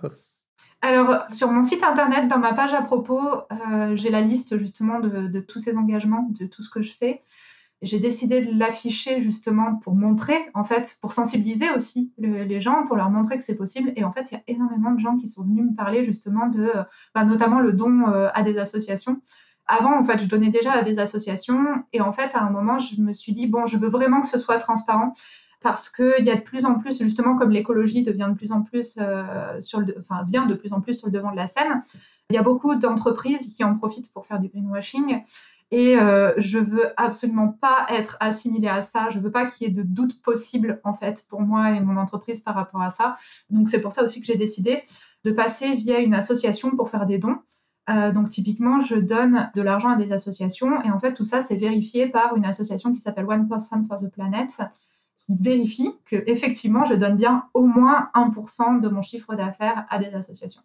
Alors, sur mon site internet, dans ma page à propos, euh, j'ai la liste justement de, de tous ces engagements, de tout ce que je fais. J'ai décidé de l'afficher justement pour montrer, en fait, pour sensibiliser aussi le, les gens, pour leur montrer que c'est possible. Et en fait, il y a énormément de gens qui sont venus me parler justement de, bah, notamment le don euh, à des associations. Avant, en fait, je donnais déjà à des associations. Et en fait, à un moment, je me suis dit, bon, je veux vraiment que ce soit transparent. Parce qu'il y a de plus en plus, justement, comme l'écologie devient de plus en plus, euh, sur le, enfin, vient de plus en plus sur le devant de la scène, il y a beaucoup d'entreprises qui en profitent pour faire du greenwashing. Et euh, je veux absolument pas être assimilée à ça. Je veux pas qu'il y ait de doute possible, en fait, pour moi et mon entreprise par rapport à ça. Donc, c'est pour ça aussi que j'ai décidé de passer via une association pour faire des dons. Euh, donc, typiquement, je donne de l'argent à des associations. Et en fait, tout ça, c'est vérifié par une association qui s'appelle One Person for the Planet, qui vérifie que effectivement je donne bien au moins un pour cent de mon chiffre d'affaires à des associations.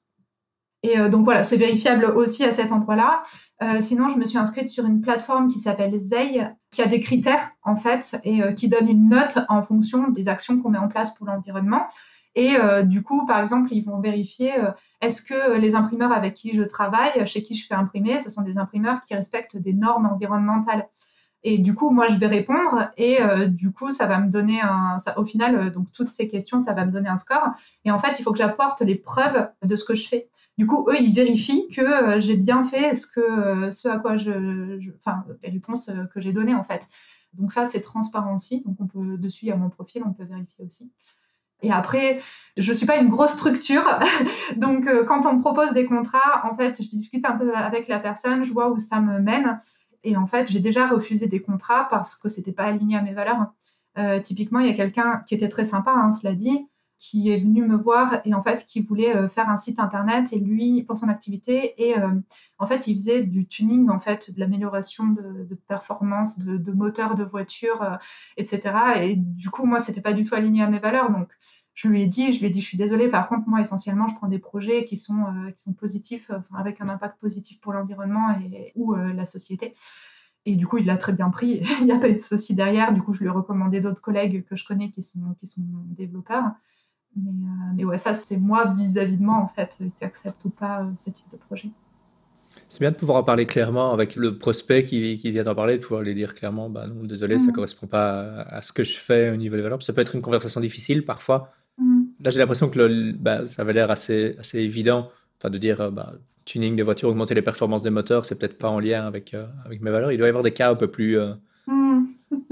Et euh, donc voilà, c'est vérifiable aussi à cet endroit-là. Euh, sinon, je me suis inscrite sur une plateforme qui s'appelle Zei, qui a des critères en fait, et euh, qui donne une note en fonction des actions qu'on met en place pour l'environnement. Et euh, du coup, par exemple, ils vont vérifier euh, est-ce que les imprimeurs avec qui je travaille, chez qui je fais imprimer, ce sont des imprimeurs qui respectent des normes environnementales. Et du coup, moi, je vais répondre et euh, du coup, ça va me donner un... Ça, au final, euh, donc toutes ces questions, ça va me donner un score. Et en fait, il faut que j'apporte les preuves de ce que je fais. Du coup, eux, ils vérifient que euh, j'ai bien fait ce, que, euh, ce à quoi je... je... Enfin, les réponses euh, que j'ai données, en fait. Donc ça, c'est transparent aussi. Donc on peut, dessus, il y a mon profil, on peut vérifier aussi. Et après, je suis pas une grosse structure. Donc euh, quand on me propose des contrats, en fait, je discute un peu avec la personne, je vois où ça me mène. Et en fait, j'ai déjà refusé des contrats parce que c'était pas aligné à mes valeurs. Euh, typiquement, il y a quelqu'un qui était très sympa, hein, cela dit, qui est venu me voir et en fait qui voulait euh, faire un site internet et lui pour son activité et euh, en fait il faisait du tuning, en fait de l'amélioration de, de performance de, de moteur de voiture, euh, etc. Et du coup moi c'était pas du tout aligné à mes valeurs, donc je lui ai dit je lui ai dit je suis désolée, par contre moi essentiellement je prends des projets qui sont euh, qui sont positifs, euh, avec un impact positif pour l'environnement et ou euh, la société. Et du coup, il l'a très bien pris. Il n'y a pas eu de souci derrière. Du coup, je lui ai recommandé d'autres collègues que je connais qui sont, qui sont développeurs. Mais, euh, mais ouais, ça, c'est moi vis-à-vis de moi, en fait, qui accepte ou pas euh, ce type de projet. C'est bien de pouvoir en parler clairement avec le prospect qui, qui vient d'en parler, de pouvoir lui dire clairement, bah non, désolé, ça ne Mmh. correspond pas à, à ce que je fais au niveau des valeurs. Ça peut être une conversation difficile parfois. Mmh. Là, j'ai l'impression que le, bah, ça avait l'air assez, assez évident, enfin, de dire, euh, bah, tuning des voitures, augmenter les performances des moteurs, c'est peut-être pas en lien avec, euh, avec mes valeurs. Il doit y avoir des cas un peu plus... euh, Mmh.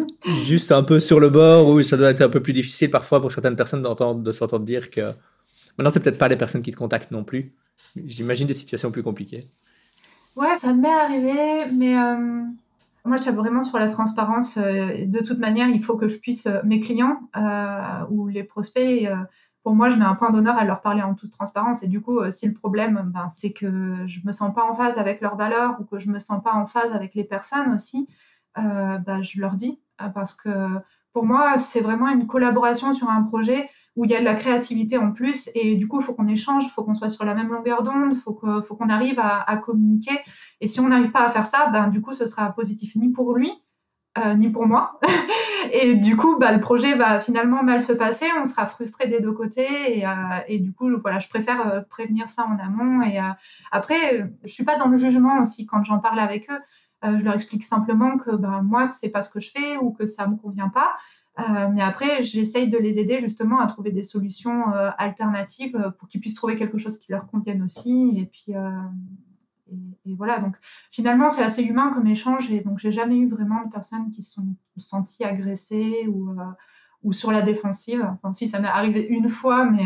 juste un peu sur le bord, où ça doit être un peu plus difficile parfois pour certaines personnes d'entendre, de s'entendre dire que... Maintenant, c'est peut-être pas les personnes qui te contactent non plus. J'imagine des situations plus compliquées. Ouais, ça m'est arrivé, mais euh, moi, je tape vraiment sur la transparence. Euh, de toute manière, il faut que je puisse... euh, mes clients euh, ou les prospects, euh, pour moi, je mets un point d'honneur à leur parler en toute transparence. Et du coup, euh, si le problème, ben, c'est que je me sens pas en phase avec leurs valeurs ou que je me sens pas en phase avec les personnes aussi, euh, ben, je leur dis. Euh, Parce que pour moi, c'est vraiment une collaboration sur un projet où il y a de la créativité en plus. Et du coup, il faut qu'on échange, il faut qu'on soit sur la même longueur d'onde, il faut, que, faut qu'on arrive à, à communiquer. Et si on n'arrive pas à faire ça, ben, du coup, ce sera positif ni pour lui, euh, ni pour moi. Et du coup, bah, le projet va finalement mal se passer, on sera frustré des deux côtés. Et, euh, et du coup, voilà, je préfère euh, prévenir ça en amont. Et euh, après, je ne suis pas dans le jugement aussi quand j'en parle avec eux. Euh, je leur explique simplement que bah, moi, c'est pas ce que je fais ou que ça me convient pas. Euh, mais après, j'essaye de les aider justement à trouver des solutions euh, alternatives pour qu'ils puissent trouver quelque chose qui leur convienne aussi. Et puis, euh, et, et voilà. Donc, finalement, c'est assez humain comme échange. Et donc, j'ai jamais eu vraiment de personnes qui se sont senties agressées ou, euh, ou sur la défensive. Enfin, si, ça m'est arrivé une fois, mais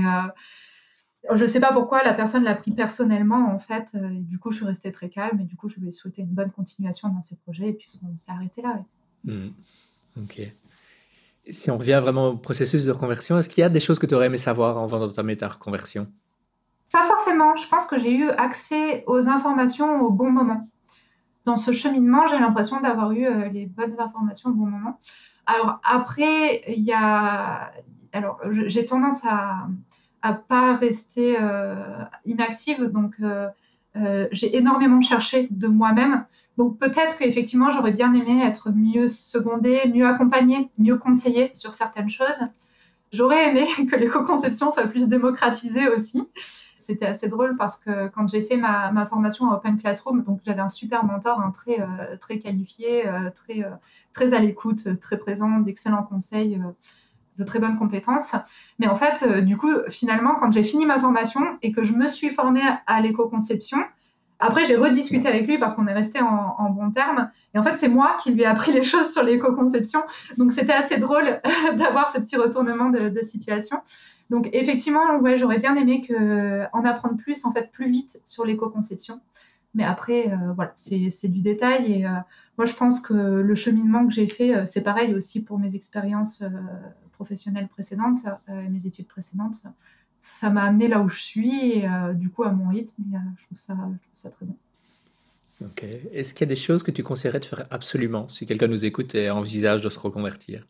euh, je sais pas pourquoi la personne l'a pris personnellement, en fait. Et du coup, je suis restée très calme. Et du coup, je lui ai souhaité une bonne continuation dans ses projets. Et puis, on s'est arrêté là. Ouais. Mmh. Ok. Si on revient vraiment au processus de reconversion, est-ce qu'il y a des choses que tu aurais aimé savoir avant d'entamer ta reconversion? Pas forcément. Je pense que j'ai eu accès aux informations au bon moment. Dans ce cheminement, j'ai l'impression d'avoir eu euh, les bonnes informations au bon moment. Alors après, il y a... Alors, j'ai tendance à à pas rester euh, inactive, donc euh, euh, j'ai énormément cherché de moi-même. Donc peut-être qu'effectivement, j'aurais bien aimé être mieux secondée, mieux accompagnée, mieux conseillée sur certaines choses. J'aurais aimé que l'éco-conception soit plus démocratisée aussi. C'était assez drôle parce que quand j'ai fait ma, ma formation à Open Classroom, donc j'avais un super mentor, hein, très, euh, très qualifié, euh, très, euh, très à l'écoute, très présent, d'excellents conseils, euh, de très bonnes compétences. Mais en fait, euh, du coup, finalement, quand j'ai fini ma formation et que je me suis formée à l'éco-conception, après, j'ai rediscuté avec lui parce qu'on est resté en, en bons termes. Et en fait, c'est moi qui lui ai appris les choses sur l'éco-conception. Donc, c'était assez drôle d'avoir ce petit retournement de, de situation. Donc, effectivement, ouais, j'aurais bien aimé que, en apprendre plus, en fait, plus vite sur l'éco-conception. Mais après, euh, voilà, c'est, c'est du détail. Et euh, moi, je pense que le cheminement que j'ai fait, euh, c'est pareil aussi pour mes expériences euh, professionnelles précédentes, euh, mes études précédentes. Ça m'a amené là où je suis, et euh, du coup à mon rythme, et euh, je, trouve ça, je trouve ça très bien. Ok. Est-ce qu'il y a des choses que tu conseillerais de faire absolument si quelqu'un nous écoute et envisage de se reconvertir?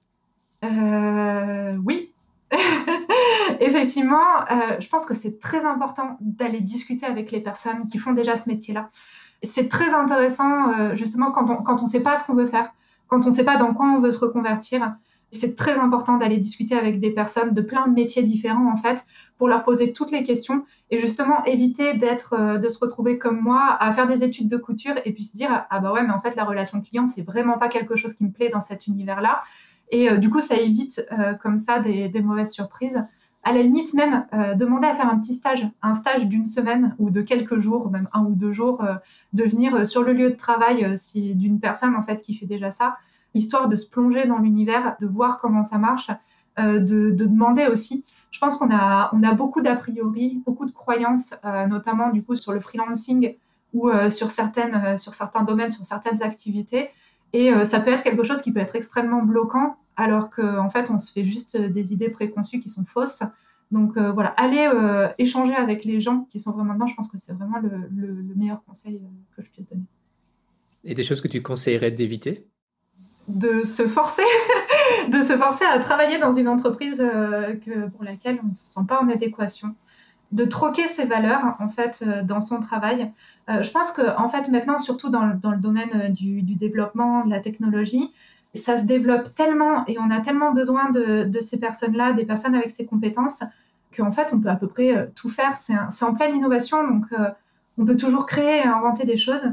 Euh, oui. Effectivement, euh, je pense que c'est très important d'aller discuter avec les personnes qui font déjà ce métier-là. C'est très intéressant, euh, justement, quand on quand on sait pas ce qu'on veut faire, quand on sait pas dans quoi on veut se reconvertir. C'est très important d'aller discuter avec des personnes de plein de métiers différents, en fait, pour leur poser toutes les questions et justement éviter d'être, euh, de se retrouver comme moi à faire des études de couture et puis se dire ah bah ouais, mais en fait la relation client c'est vraiment pas quelque chose qui me plaît dans cet univers-là. Et euh, du coup ça évite euh, comme ça des, des mauvaises surprises. À la limite même euh, demander à faire un petit stage, un stage d'une semaine ou de quelques jours, même un ou deux jours, euh, de venir sur le lieu de travail euh, si, d'une personne en fait qui fait déjà ça. histoire de se plonger dans l'univers, de voir comment ça marche, euh, de, de demander aussi. Je pense qu'on a, on a beaucoup d'a priori, beaucoup de croyances, euh, notamment du coup sur le freelancing ou euh, sur, certaines, euh, sur certains domaines, sur certaines activités. Et euh, ça peut être quelque chose qui peut être extrêmement bloquant, alors qu'en fait, on se fait juste des idées préconçues qui sont fausses. Donc euh, voilà, aller euh, échanger avec les gens qui sont vraiment dedans, je pense que c'est vraiment le, le, le meilleur conseil euh, que je puisse donner. Et des choses que tu conseillerais d'éviter? De se forcer, de se forcer à travailler dans une entreprise euh, que, pour laquelle on ne se sent pas en adéquation. De troquer ses valeurs en fait euh, dans son travail. Euh, je pense que en fait maintenant, surtout dans le, dans le domaine euh, du, du développement, de la technologie, ça se développe tellement et on a tellement besoin de, de ces personnes-là, des personnes avec ces compétences, qu'en fait on peut à peu près euh, tout faire. C'est, un, c'est en pleine innovation, donc euh, on peut toujours créer et inventer des choses.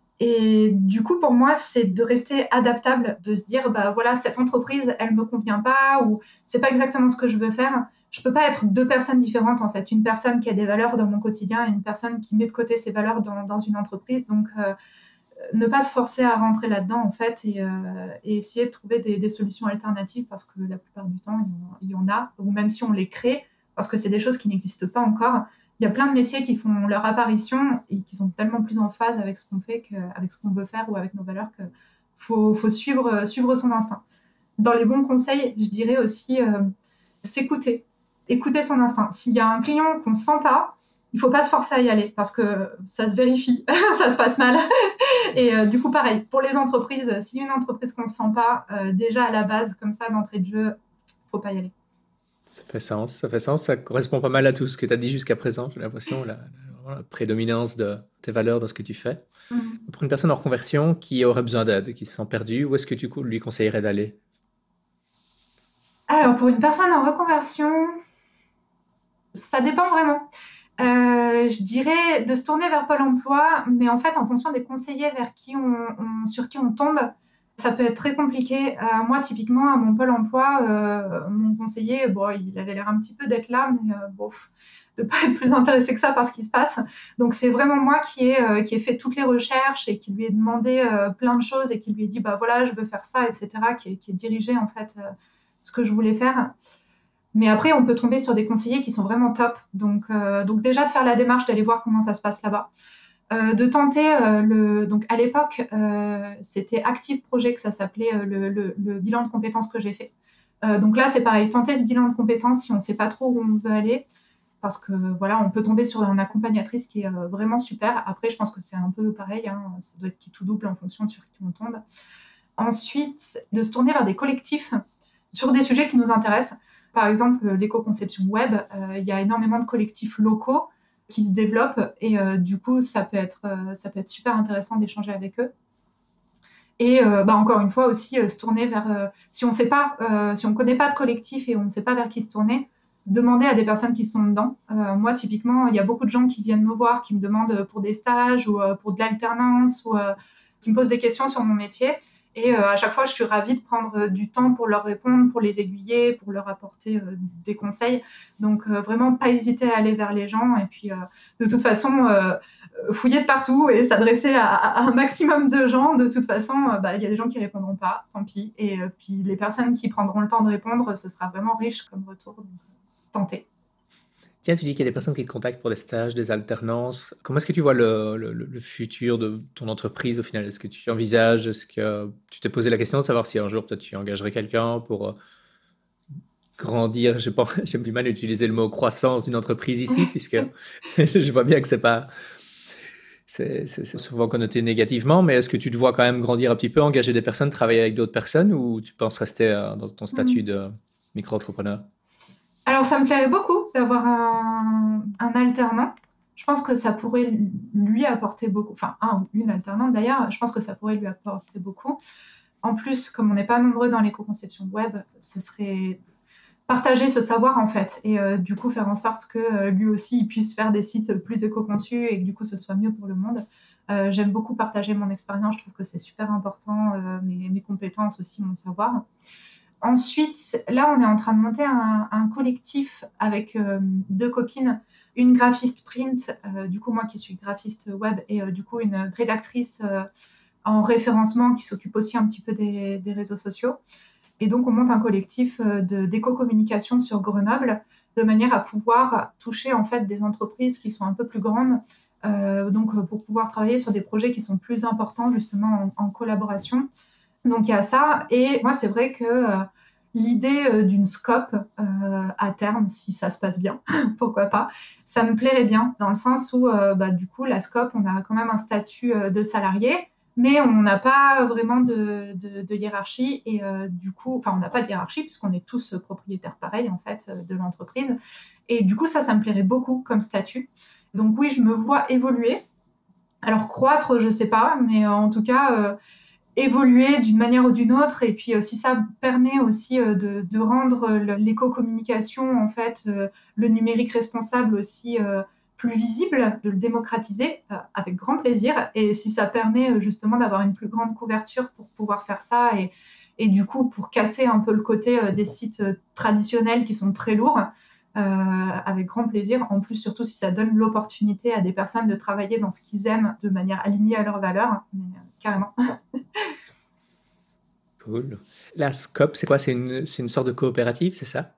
Et du coup, pour moi, c'est de rester adaptable, de se dire, bah voilà, cette entreprise, elle me convient pas, ou c'est pas exactement ce que je veux faire. Je peux pas être deux personnes différentes, en fait. Une personne qui a des valeurs dans mon quotidien et une personne qui met de côté ses valeurs dans, dans une entreprise. Donc, euh, ne pas se forcer à rentrer là-dedans, en fait, et, euh, et essayer de trouver des, des solutions alternatives, parce que la plupart du temps, il y en a, ou même si on les crée, parce que c'est des choses qui n'existent pas encore. Il y a plein de métiers qui font leur apparition et qui sont tellement plus en phase avec ce qu'on fait, qu'avec ce qu'on veut faire ou avec nos valeurs, qu'il faut, faut suivre, suivre son instinct. Dans les bons conseils, je dirais aussi euh, s'écouter, écouter son instinct. S'il y a un client qu'on ne sent pas, il ne faut pas se forcer à y aller parce que ça se vérifie, ça se passe mal. Et euh, du coup, pareil, pour les entreprises, si une entreprise qu'on ne sent pas, euh, déjà à la base, comme ça, d'entrée de jeu, il ne faut pas y aller. Ça fait sens, ça fait sens, ça correspond pas mal à tout ce que tu as dit jusqu'à présent, j'ai l'impression, la, la, la prédominance de tes valeurs dans ce que tu fais. Mm-hmm. Pour une personne en reconversion qui aurait besoin d'aide, qui se sent perdue, où est-ce que tu lui conseillerais d'aller? Alors, pour une personne en reconversion, ça dépend vraiment. Euh, je dirais de se tourner vers Pôle emploi, mais en fait, en fonction des conseillers vers qui on, on, sur qui on tombe, ça peut être très compliqué. Euh, moi, typiquement, à mon Pôle emploi, euh, mon conseiller, bon, il avait l'air un petit peu d'être là, mais euh, bon, de ne pas être plus intéressé que ça par ce qui se passe. Donc, c'est vraiment moi qui ai, euh, qui ai fait toutes les recherches et qui lui ai demandé euh, plein de choses et qui lui ai dit, bah voilà, je veux faire ça, et cetera, qui, qui est dirigé, en fait, euh, ce que je voulais faire. Mais après, on peut tomber sur des conseillers qui sont vraiment top. Donc, euh, donc déjà, de faire la démarche, d'aller voir comment ça se passe là-bas. Euh, de tenter euh, le... Donc, à l'époque, euh, c'était Active Projet que ça s'appelait, euh, le, le, le bilan de compétences que j'ai fait. Euh, donc là, c'est pareil, tenter ce bilan de compétences si on ne sait pas trop où on veut aller. Parce que, voilà, on peut tomber sur une accompagnatrice qui est euh, vraiment super. Après, je pense que c'est un peu pareil. Hein, ça doit être qui tout double en fonction de sur qui on tombe. Ensuite, de se tourner vers des collectifs sur des sujets qui nous intéressent. Par exemple, l'éco-conception web, il euh, y a énormément de collectifs locaux qui se développent et euh, du coup, ça peut, être, euh, ça peut être super intéressant d'échanger avec eux. Et euh, bah, encore une fois aussi, euh, se tourner vers... Euh, si on sait pas, euh, si on ne connaît pas de collectif et on ne sait pas vers qui se tourner, demander à des personnes qui sont dedans. Euh, moi, typiquement, il y a beaucoup de gens qui viennent me voir, qui me demandent pour des stages ou euh, pour de l'alternance ou euh, qui me posent des questions sur mon métier. Et euh, à chaque fois, je suis ravie de prendre du temps pour leur répondre, pour les aiguiller, pour leur apporter euh, des conseils. Donc, euh, vraiment, pas hésiter à aller vers les gens. Et puis, euh, de toute façon, euh, fouiller de partout et s'adresser à, à un maximum de gens. De toute façon, euh, bah, y a des gens qui répondront pas, tant pis. Et euh, puis, les personnes qui prendront le temps de répondre, ce sera vraiment riche comme retour. Donc, tenter. Tiens, tu dis qu'il y a des personnes qui te contactent pour des stages, des alternances. Comment est-ce que tu vois le, le, le futur de ton entreprise au final? Est-ce que tu envisages, est-ce que tu t'es posé la question de savoir si un jour peut-être tu engagerais quelqu'un pour grandir? J'ai pas, j'aime du mal à utiliser le mot croissance d'une entreprise ici, puisque je vois bien que c'est pas, c'est, c'est, c'est souvent connoté négativement, mais est-ce que tu te vois quand même grandir un petit peu, engager des personnes, travailler avec d'autres personnes, ou tu penses rester dans ton statut de micro-entrepreneur? Alors, ça me plairait beaucoup d'avoir un, un alternant. Je pense que ça pourrait lui apporter beaucoup, enfin, un ou une alternante d'ailleurs, je pense que ça pourrait lui apporter beaucoup. En plus, comme on n'est pas nombreux dans l'éco-conception web, ce serait partager ce savoir en fait, et euh, du coup faire en sorte que euh, lui aussi il puisse faire des sites plus éco-conçus et que du coup ce soit mieux pour le monde. Euh, j'aime beaucoup partager mon expérience, je trouve que c'est super important, euh, mes, mes compétences aussi, mon savoir. Ensuite, là, on est en train de monter un, un collectif avec euh, deux copines, une graphiste print, euh, du coup moi qui suis graphiste web, et euh, du coup une rédactrice euh, en référencement qui s'occupe aussi un petit peu des, des réseaux sociaux. Et donc, on monte un collectif de, d'éco-communication sur Grenoble de manière à pouvoir toucher en fait des entreprises qui sont un peu plus grandes, euh, donc pour pouvoir travailler sur des projets qui sont plus importants justement en, en collaboration. Donc, il y a ça. Et moi, c'est vrai que euh, l'idée euh, d'une scope euh, à terme, si ça se passe bien, pourquoi pas, ça me plairait bien dans le sens où euh, bah, du coup, la scope, on a quand même un statut euh, de salarié, mais on n'a pas vraiment de, de, de hiérarchie et euh, du coup, enfin, on n'a pas de hiérarchie puisqu'on est tous propriétaires pareils en fait de l'entreprise. Et du coup, ça, ça me plairait beaucoup comme statut. Donc oui, je me vois évoluer. Alors croître, je sais pas, mais euh, en tout cas euh, évoluer d'une manière ou d'une autre. Et puis euh, si ça permet aussi euh, de, de rendre le, l'éco-communication, en fait, euh, le numérique responsable aussi euh, plus visible, de le démocratiser, euh, avec grand plaisir. Et si ça permet euh, justement d'avoir une plus grande couverture pour pouvoir faire ça et, et du coup pour casser un peu le côté euh, des sites euh, traditionnels qui sont très lourds, euh, avec grand plaisir. En plus, surtout si ça donne l'opportunité à des personnes de travailler dans ce qu'ils aiment de manière alignée à leurs valeurs, mais euh, carrément. Cool. La scope, c'est quoi? C'est une, c'est une sorte de coopérative, c'est ça?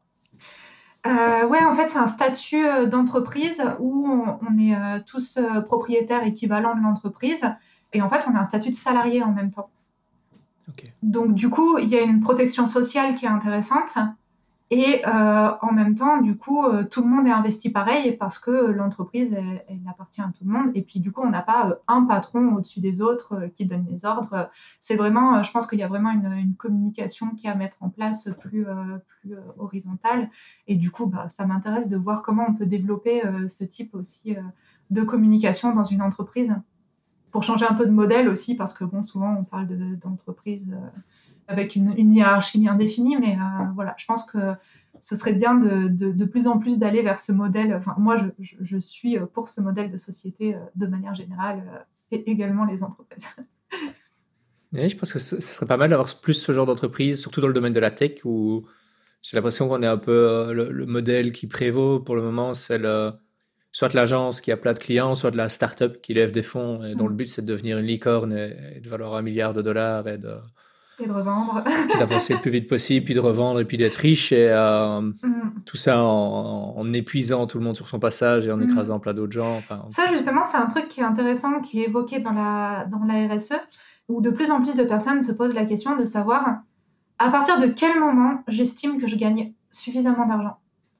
Euh, ouais, en fait, c'est un statut euh, d'entreprise où on, on est euh, tous euh, propriétaires équivalents de l'entreprise. Et en fait, on a un statut de salarié en même temps. Ok. Donc, du coup, il y a une protection sociale qui est intéressante. Et euh, en même temps, du coup, euh, tout le monde est investi pareil parce que l'entreprise, elle, elle appartient à tout le monde. Et puis, du coup, on n'a pas euh, un patron au-dessus des autres euh, qui donne les ordres. C'est vraiment, euh, je pense qu'il y a vraiment une, une communication qui est à mettre en place plus, euh, plus euh, horizontale. Et du coup, bah, ça m'intéresse de voir comment on peut développer euh, ce type aussi euh, de communication dans une entreprise pour changer un peu de modèle aussi parce que, bon, souvent, on parle de, d'entreprise... Euh, avec une, une hiérarchie bien définie, mais euh, voilà, je pense que ce serait bien de, de, de plus en plus d'aller vers ce modèle. Enfin, moi, je, je, je suis pour ce modèle de société euh, de manière générale, euh, et également les entreprises. Oui, je pense que ce ce serait pas mal d'avoir plus ce genre d'entreprise, surtout dans le domaine de la tech, où j'ai l'impression qu'on est un peu euh, le, le modèle qui prévaut pour le moment, c'est le, soit l'agence qui a plein de clients, soit de la start-up qui lève des fonds, et dont le Mm. but c'est de devenir une licorne et, et de valoir un milliard de dollars et de, Et de revendre. d'avancer le plus vite possible, puis de revendre et puis d'être riche, et euh, Mm. tout ça en, en épuisant tout le monde sur son passage et en Mm. écrasant plein d'autres gens. Enfin, Ça, justement, c'est un truc qui est intéressant, qui est évoqué dans la, dans la R S E, où de plus en plus de personnes se posent la question de savoir à partir de quel moment j'estime que je gagne suffisamment d'argent.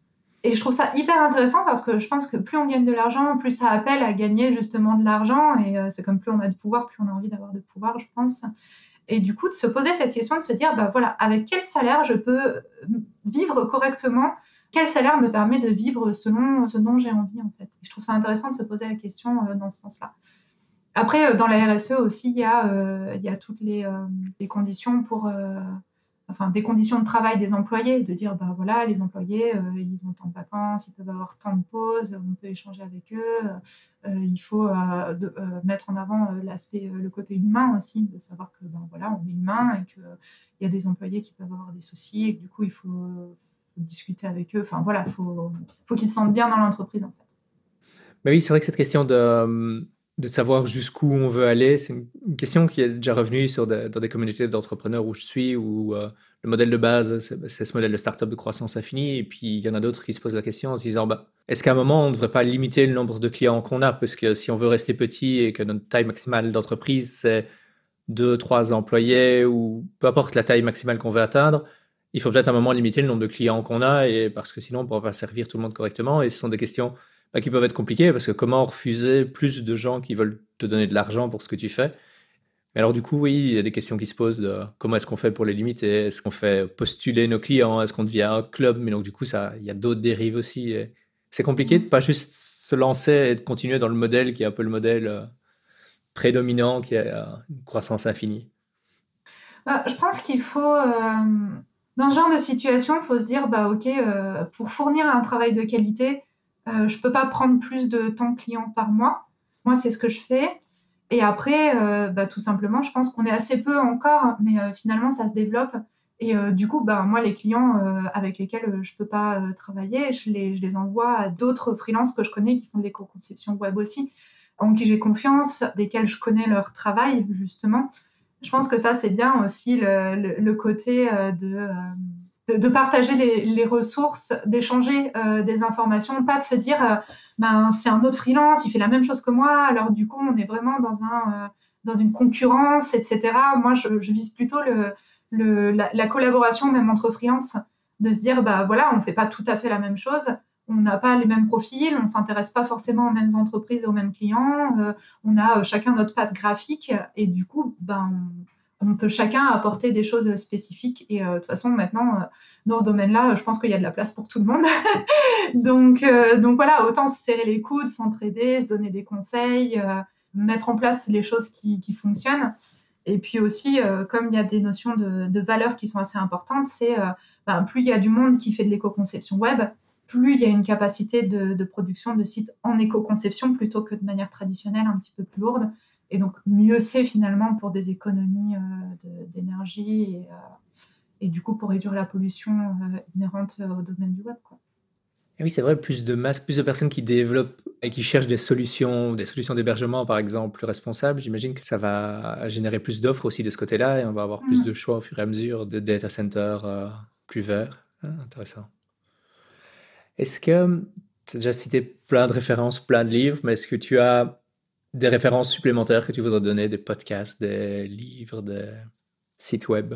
Et je trouve ça hyper intéressant parce que je pense que plus on gagne de l'argent, plus ça appelle à gagner justement de l'argent. Et euh, c'est comme plus on a de pouvoir, plus on a envie d'avoir de pouvoir, je pense. Et du coup, de se poser cette question, de se dire, bah voilà, avec quel salaire je peux vivre correctement? Quel salaire me permet de vivre selon ce dont j'ai envie, en fait? Et je trouve ça intéressant de se poser la question euh, dans ce sens-là. Après, euh, dans la R S E aussi, il y a, euh, il y a toutes les, euh, les conditions pour... euh, enfin, des conditions de travail des employés, de dire, bah voilà, les employés, euh, ils ont tant de vacances, ils peuvent avoir tant de pauses, on peut échanger avec eux, euh, il faut euh, de, euh, mettre en avant euh, l'aspect, euh, le côté humain aussi, de savoir que, ben voilà, on est humain et qu'il y a des employés qui peuvent avoir des soucis et que du coup, il faut, faut discuter avec eux, enfin voilà, il faut, faut qu'ils se sentent bien dans l'entreprise, en fait. mais oui, c'est vrai que cette question de, euh, de savoir jusqu'où on veut aller, c'est une, une question qui est déjà revenue sur des- dans des communautés d'entrepreneurs où je suis, où euh, le modèle de base, c'est c'est ce modèle de start-up de croissance infinie. Et puis, il y en a d'autres qui se posent la question en se disant, bah, est-ce qu'à un moment, on ne devrait pas limiter le nombre de clients qu'on a? Parce que si on veut rester petit et que notre taille maximale d'entreprise, c'est deux, trois employés ou peu importe la taille maximale qu'on veut atteindre, il faut peut-être à un moment limiter le nombre de clients qu'on a et parce que sinon on ne pourra pas servir tout le monde correctement. Et ce sont des questions bah, qui peuvent être compliquées parce que comment refuser plus de gens qui veulent te donner de l'argent pour ce que tu fais? Mais alors du coup, oui, il y a des questions qui se posent de comment est-ce qu'on fait pour les limiter? Est-ce qu'on fait postuler nos clients? Est-ce qu'on devient un club? Mais donc du coup, ça, il y a d'autres dérives aussi. Et c'est compliqué de Mm. pas juste se lancer et de continuer dans le modèle qui est un peu le modèle euh, prédominant, qui est euh, une croissance infinie. Bah, je pense qu'il faut, euh, dans ce genre de situation, il faut se dire, bah ok, euh, pour fournir un travail de qualité, euh, je peux pas prendre plus de temps client par mois. Moi, c'est ce que je fais. Et après, euh, bah, tout simplement, je pense qu'on est assez peu encore, mais euh, finalement, ça se développe. Et euh, du coup, bah, moi, les clients euh, avec lesquels euh, je peux pas euh, travailler, je les, je les envoie à d'autres freelances que je connais qui font de l'éco-conception web aussi. en qui j'ai confiance, desquels je connais leur travail, justement. Je pense que ça, c'est bien aussi le, le, le côté euh, de, euh, de, de partager les, les ressources, d'échanger euh, des informations, pas de se dire euh, ben, c'est un autre freelance, il fait la même chose que moi, alors du coup, on est vraiment dans, un, euh, dans une concurrence, et cetera. Moi, je, je vise plutôt le, le, la, la collaboration, même entre freelances, de se dire, bah voilà, on ne fait pas tout à fait la même chose, on n'a pas les mêmes profils, on ne s'intéresse pas forcément aux mêmes entreprises et aux mêmes clients, euh, on a euh, chacun notre patte graphique, et du coup, ben, on, on peut chacun apporter des choses spécifiques. Et euh, de toute façon, maintenant, euh, dans ce domaine-là, je pense qu'il y a de la place pour tout le monde. donc, euh, donc voilà, autant se serrer les coudes, s'entraider, se donner des conseils, euh, mettre en place les choses qui, qui fonctionnent. Et puis aussi, euh, comme il y a des notions de, de valeurs qui sont assez importantes, c'est euh, ben, plus il y a du monde qui fait de l'éco-conception web, plus il y a une capacité de, de production de sites en éco-conception plutôt que de manière traditionnelle, un petit peu plus lourde. Et donc, mieux c'est finalement pour des économies euh, de, d'énergie et, euh, et du coup pour réduire la pollution euh, inhérente au domaine du web, quoi. Et oui, c'est vrai, plus de masse, plus de personnes qui développent et qui cherchent des solutions, des solutions d'hébergement, par exemple, plus responsables. J'imagine que ça va générer plus d'offres aussi de ce côté-là et on va avoir plus de Mmh. choix au fur et à mesure de data centers euh, plus verts. Ah, intéressant. Est-ce que tu as déjà cité plein de références, plein de livres, mais est-ce que tu as des références supplémentaires que tu voudrais donner, des podcasts, des livres, des sites web?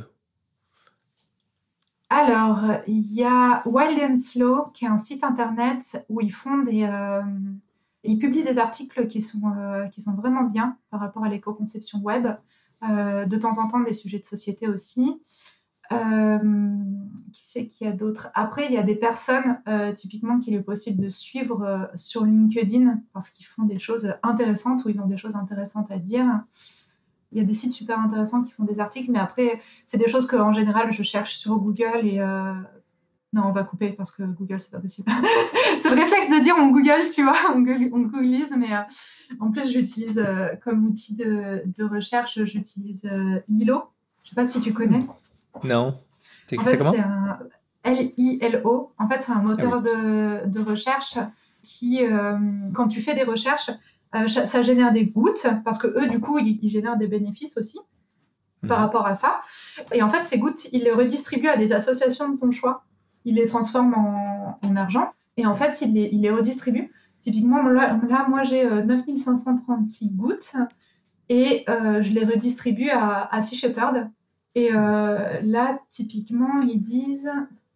Alors, il y a Wild and Slow, qui est un site internet où ils font des, euh, ils publient des articles qui sont, euh, qui sont vraiment bien par rapport à l'éco-conception web. Euh, de temps en temps, des sujets de société aussi. Euh, qui c'est qu'il y a d'autres? Après, il y a des personnes, euh, typiquement, qu'il est possible de suivre euh, sur LinkedIn parce qu'ils font des choses intéressantes ou ils ont des choses intéressantes à dire. Il y a des sites super intéressants qui font des articles, mais après, c'est des choses qu'en général, je cherche sur Google et... Euh... Non, on va couper parce que Google, c'est pas possible. C'est le réflexe de dire on Google, tu vois, on, Google, on Googlise, mais euh, en plus, j'utilise euh, comme outil de, de recherche, j'utilise euh, Lilo. Je sais pas si tu connais. Non. C'est En c'est fait, comment? c'est un L I L O. En fait, c'est un Ah oui. moteur de, de recherche qui, euh, quand tu fais des recherches, euh, ça génère des gouttes parce que eux, du coup, ils, ils génèrent des bénéfices aussi par Mhm. rapport à ça. Et en fait, ces gouttes, ils les redistribuent à des associations de ton choix. Ils les transforment en, en argent et en fait, ils les, ils les redistribuent. Typiquement, là, là moi, j'ai euh, neuf mille cinq cent trente-six gouttes et euh, je les redistribue à, à Sea Shepherd. Et euh, là, typiquement, ils disent,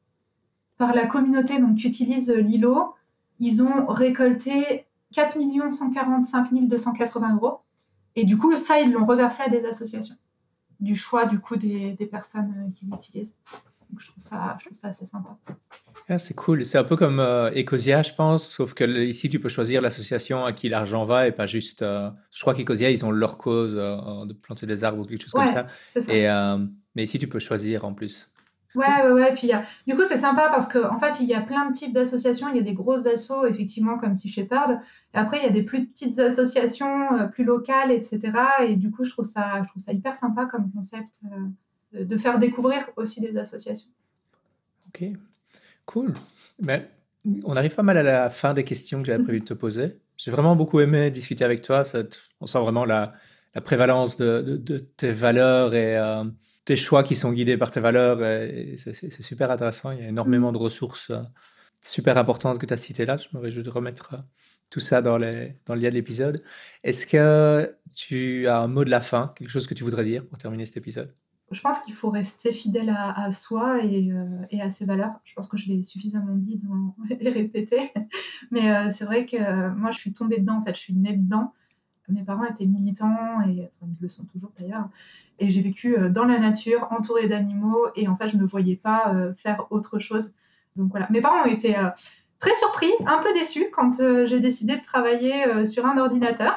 par la communauté donc, qui utilise Lilo, ils ont récolté quatre millions cent quarante-cinq mille deux cent quatre-vingts euros. Et du coup, ça, ils l'ont reversé à des associations, du choix du coup des, des personnes qui l'utilisent. Donc, je trouve ça, je trouve ça assez sympa. Ah, c'est cool. C'est un peu comme euh, Ecosia, je pense, sauf que le- ici, tu peux choisir l'association à qui l'argent va et pas juste. euh, je crois qu'Ecosia, ils ont leur cause euh, de planter des arbres ou quelque chose comme Ouais, ça. c'est ça. Et, euh, mais ici, tu peux choisir en plus. C'est Ouais, cool. ouais, ouais. Puis, il y a- du coup, c'est sympa parce qu'en en fait, il y a plein de types d'associations. Il y a des grosses assos, effectivement, comme Sea Shepherd. Et après, il y a des plus petites associations, euh, plus locales, et cetera. Et du coup, je trouve ça, je trouve ça hyper sympa comme concept euh, de, de faire découvrir aussi des associations. Ok, cool. Mais on arrive pas mal à la fin des questions que j'avais prévu de te poser. J'ai vraiment beaucoup aimé discuter avec toi. Ça te- on sent vraiment la, la prévalence de, de- de tes valeurs et euh, tes choix qui sont guidés par tes valeurs. Et c'est c'est- c'est super intéressant. Il y a énormément de ressources euh, super importantes que tu as citées là. Je me réjouis de remettre euh, tout ça dans, les, dans le lien de l'épisode. Est-ce que tu as un mot de la fin, quelque chose que tu voudrais dire pour terminer cet épisode? Je pense qu'il faut rester fidèle à, à soi et, euh, et à ses valeurs. Je pense que je l'ai suffisamment dit dans, et répété. Mais euh, c'est vrai que euh, moi, je suis tombée dedans. En fait, je suis née dedans. Mes parents étaient militants, et enfin, ils le sont toujours d'ailleurs. Et j'ai vécu euh, dans la nature, entourée d'animaux. Et en fait, je ne me voyais pas euh, faire autre chose. Donc voilà. Mes parents ont été euh, très surpris, un peu déçus quand euh, j'ai décidé de travailler euh, sur un ordinateur.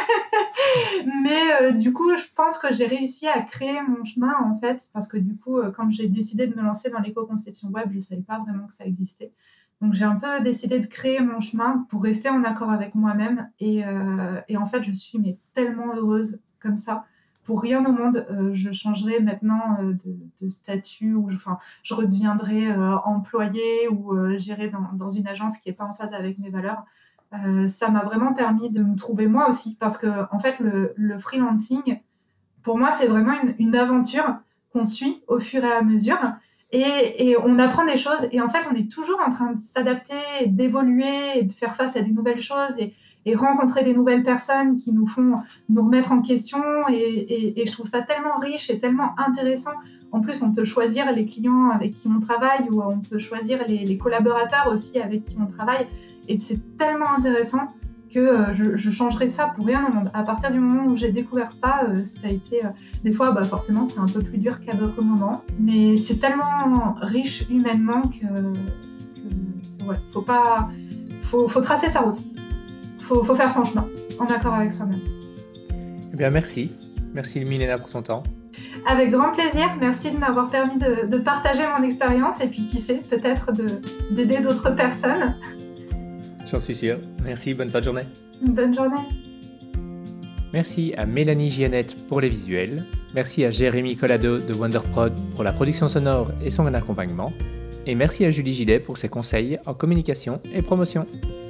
Mais euh, du coup, je pense que j'ai réussi à créer mon chemin, en fait, parce que du coup, euh, quand j'ai décidé de me lancer dans l'éco-conception web, je ne savais pas vraiment que ça existait. Donc, j'ai un peu décidé de créer mon chemin pour rester en accord avec moi-même. Et, euh, et en fait, je suis mais, tellement heureuse comme ça. Pour rien au monde, euh, je changerai maintenant euh, de, de statut, ou je, enfin, je redeviendrai euh, employée ou euh, j'irai dans, dans une agence qui n'est pas en phase avec mes valeurs. euh, ça m'a vraiment permis de me trouver moi aussi. Parce que, en fait, le, le freelancing, pour moi, c'est vraiment une, une aventure qu'on suit au fur et à mesure. Et, et on apprend des choses. Et en fait, on est toujours en train de s'adapter, d'évoluer, et de faire face à des nouvelles choses et, et rencontrer des nouvelles personnes qui nous font nous remettre en question. Et, et, et je trouve ça tellement riche et tellement intéressant. En plus, on peut choisir les clients avec qui on travaille ou on peut choisir les, les collaborateurs aussi avec qui on travaille. Et c'est tellement intéressant que euh, je, je changerais ça pour rien au monde. À partir du moment où j'ai découvert ça, euh, ça a été... Euh, des fois, bah, forcément, c'est un peu plus dur qu'à d'autres moments. Mais c'est tellement riche humainement que... que ouais, faut pas... Faut, faut tracer sa route. Faut, faut faire son chemin, en accord avec soi-même. Eh bien, merci. Merci, Milena, pour ton temps. Avec grand plaisir. Merci de m'avoir permis de, de partager mon expérience et puis, qui sait, peut-être de, d'aider d'autres personnes. J'en suis sûr. Merci, bonne fin de journée. Bonne journée. Merci à Mélanie Giannette pour les visuels. Merci à Jérémy Collado de Wonderprod pour la production sonore et son accompagnement. Et merci à Julie Gillet pour ses conseils en communication et promotion.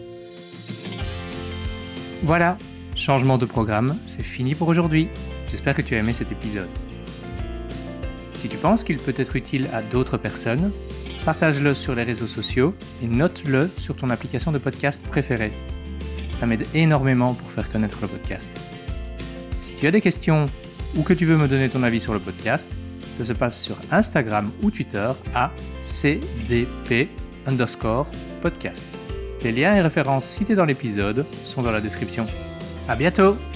Voilà, changement de programme, c'est fini pour aujourd'hui. J'espère que tu as aimé cet épisode. Si tu penses qu'il peut être utile à d'autres personnes, partage-le sur les réseaux sociaux et note-le sur ton application de podcast préférée. Ça m'aide énormément pour faire connaître le podcast. Si tu as des questions ou que tu veux me donner ton avis sur le podcast, ça se passe sur Instagram ou Twitter à cdp underscore podcast. Les liens et références cités dans l'épisode sont dans la description. À bientôt!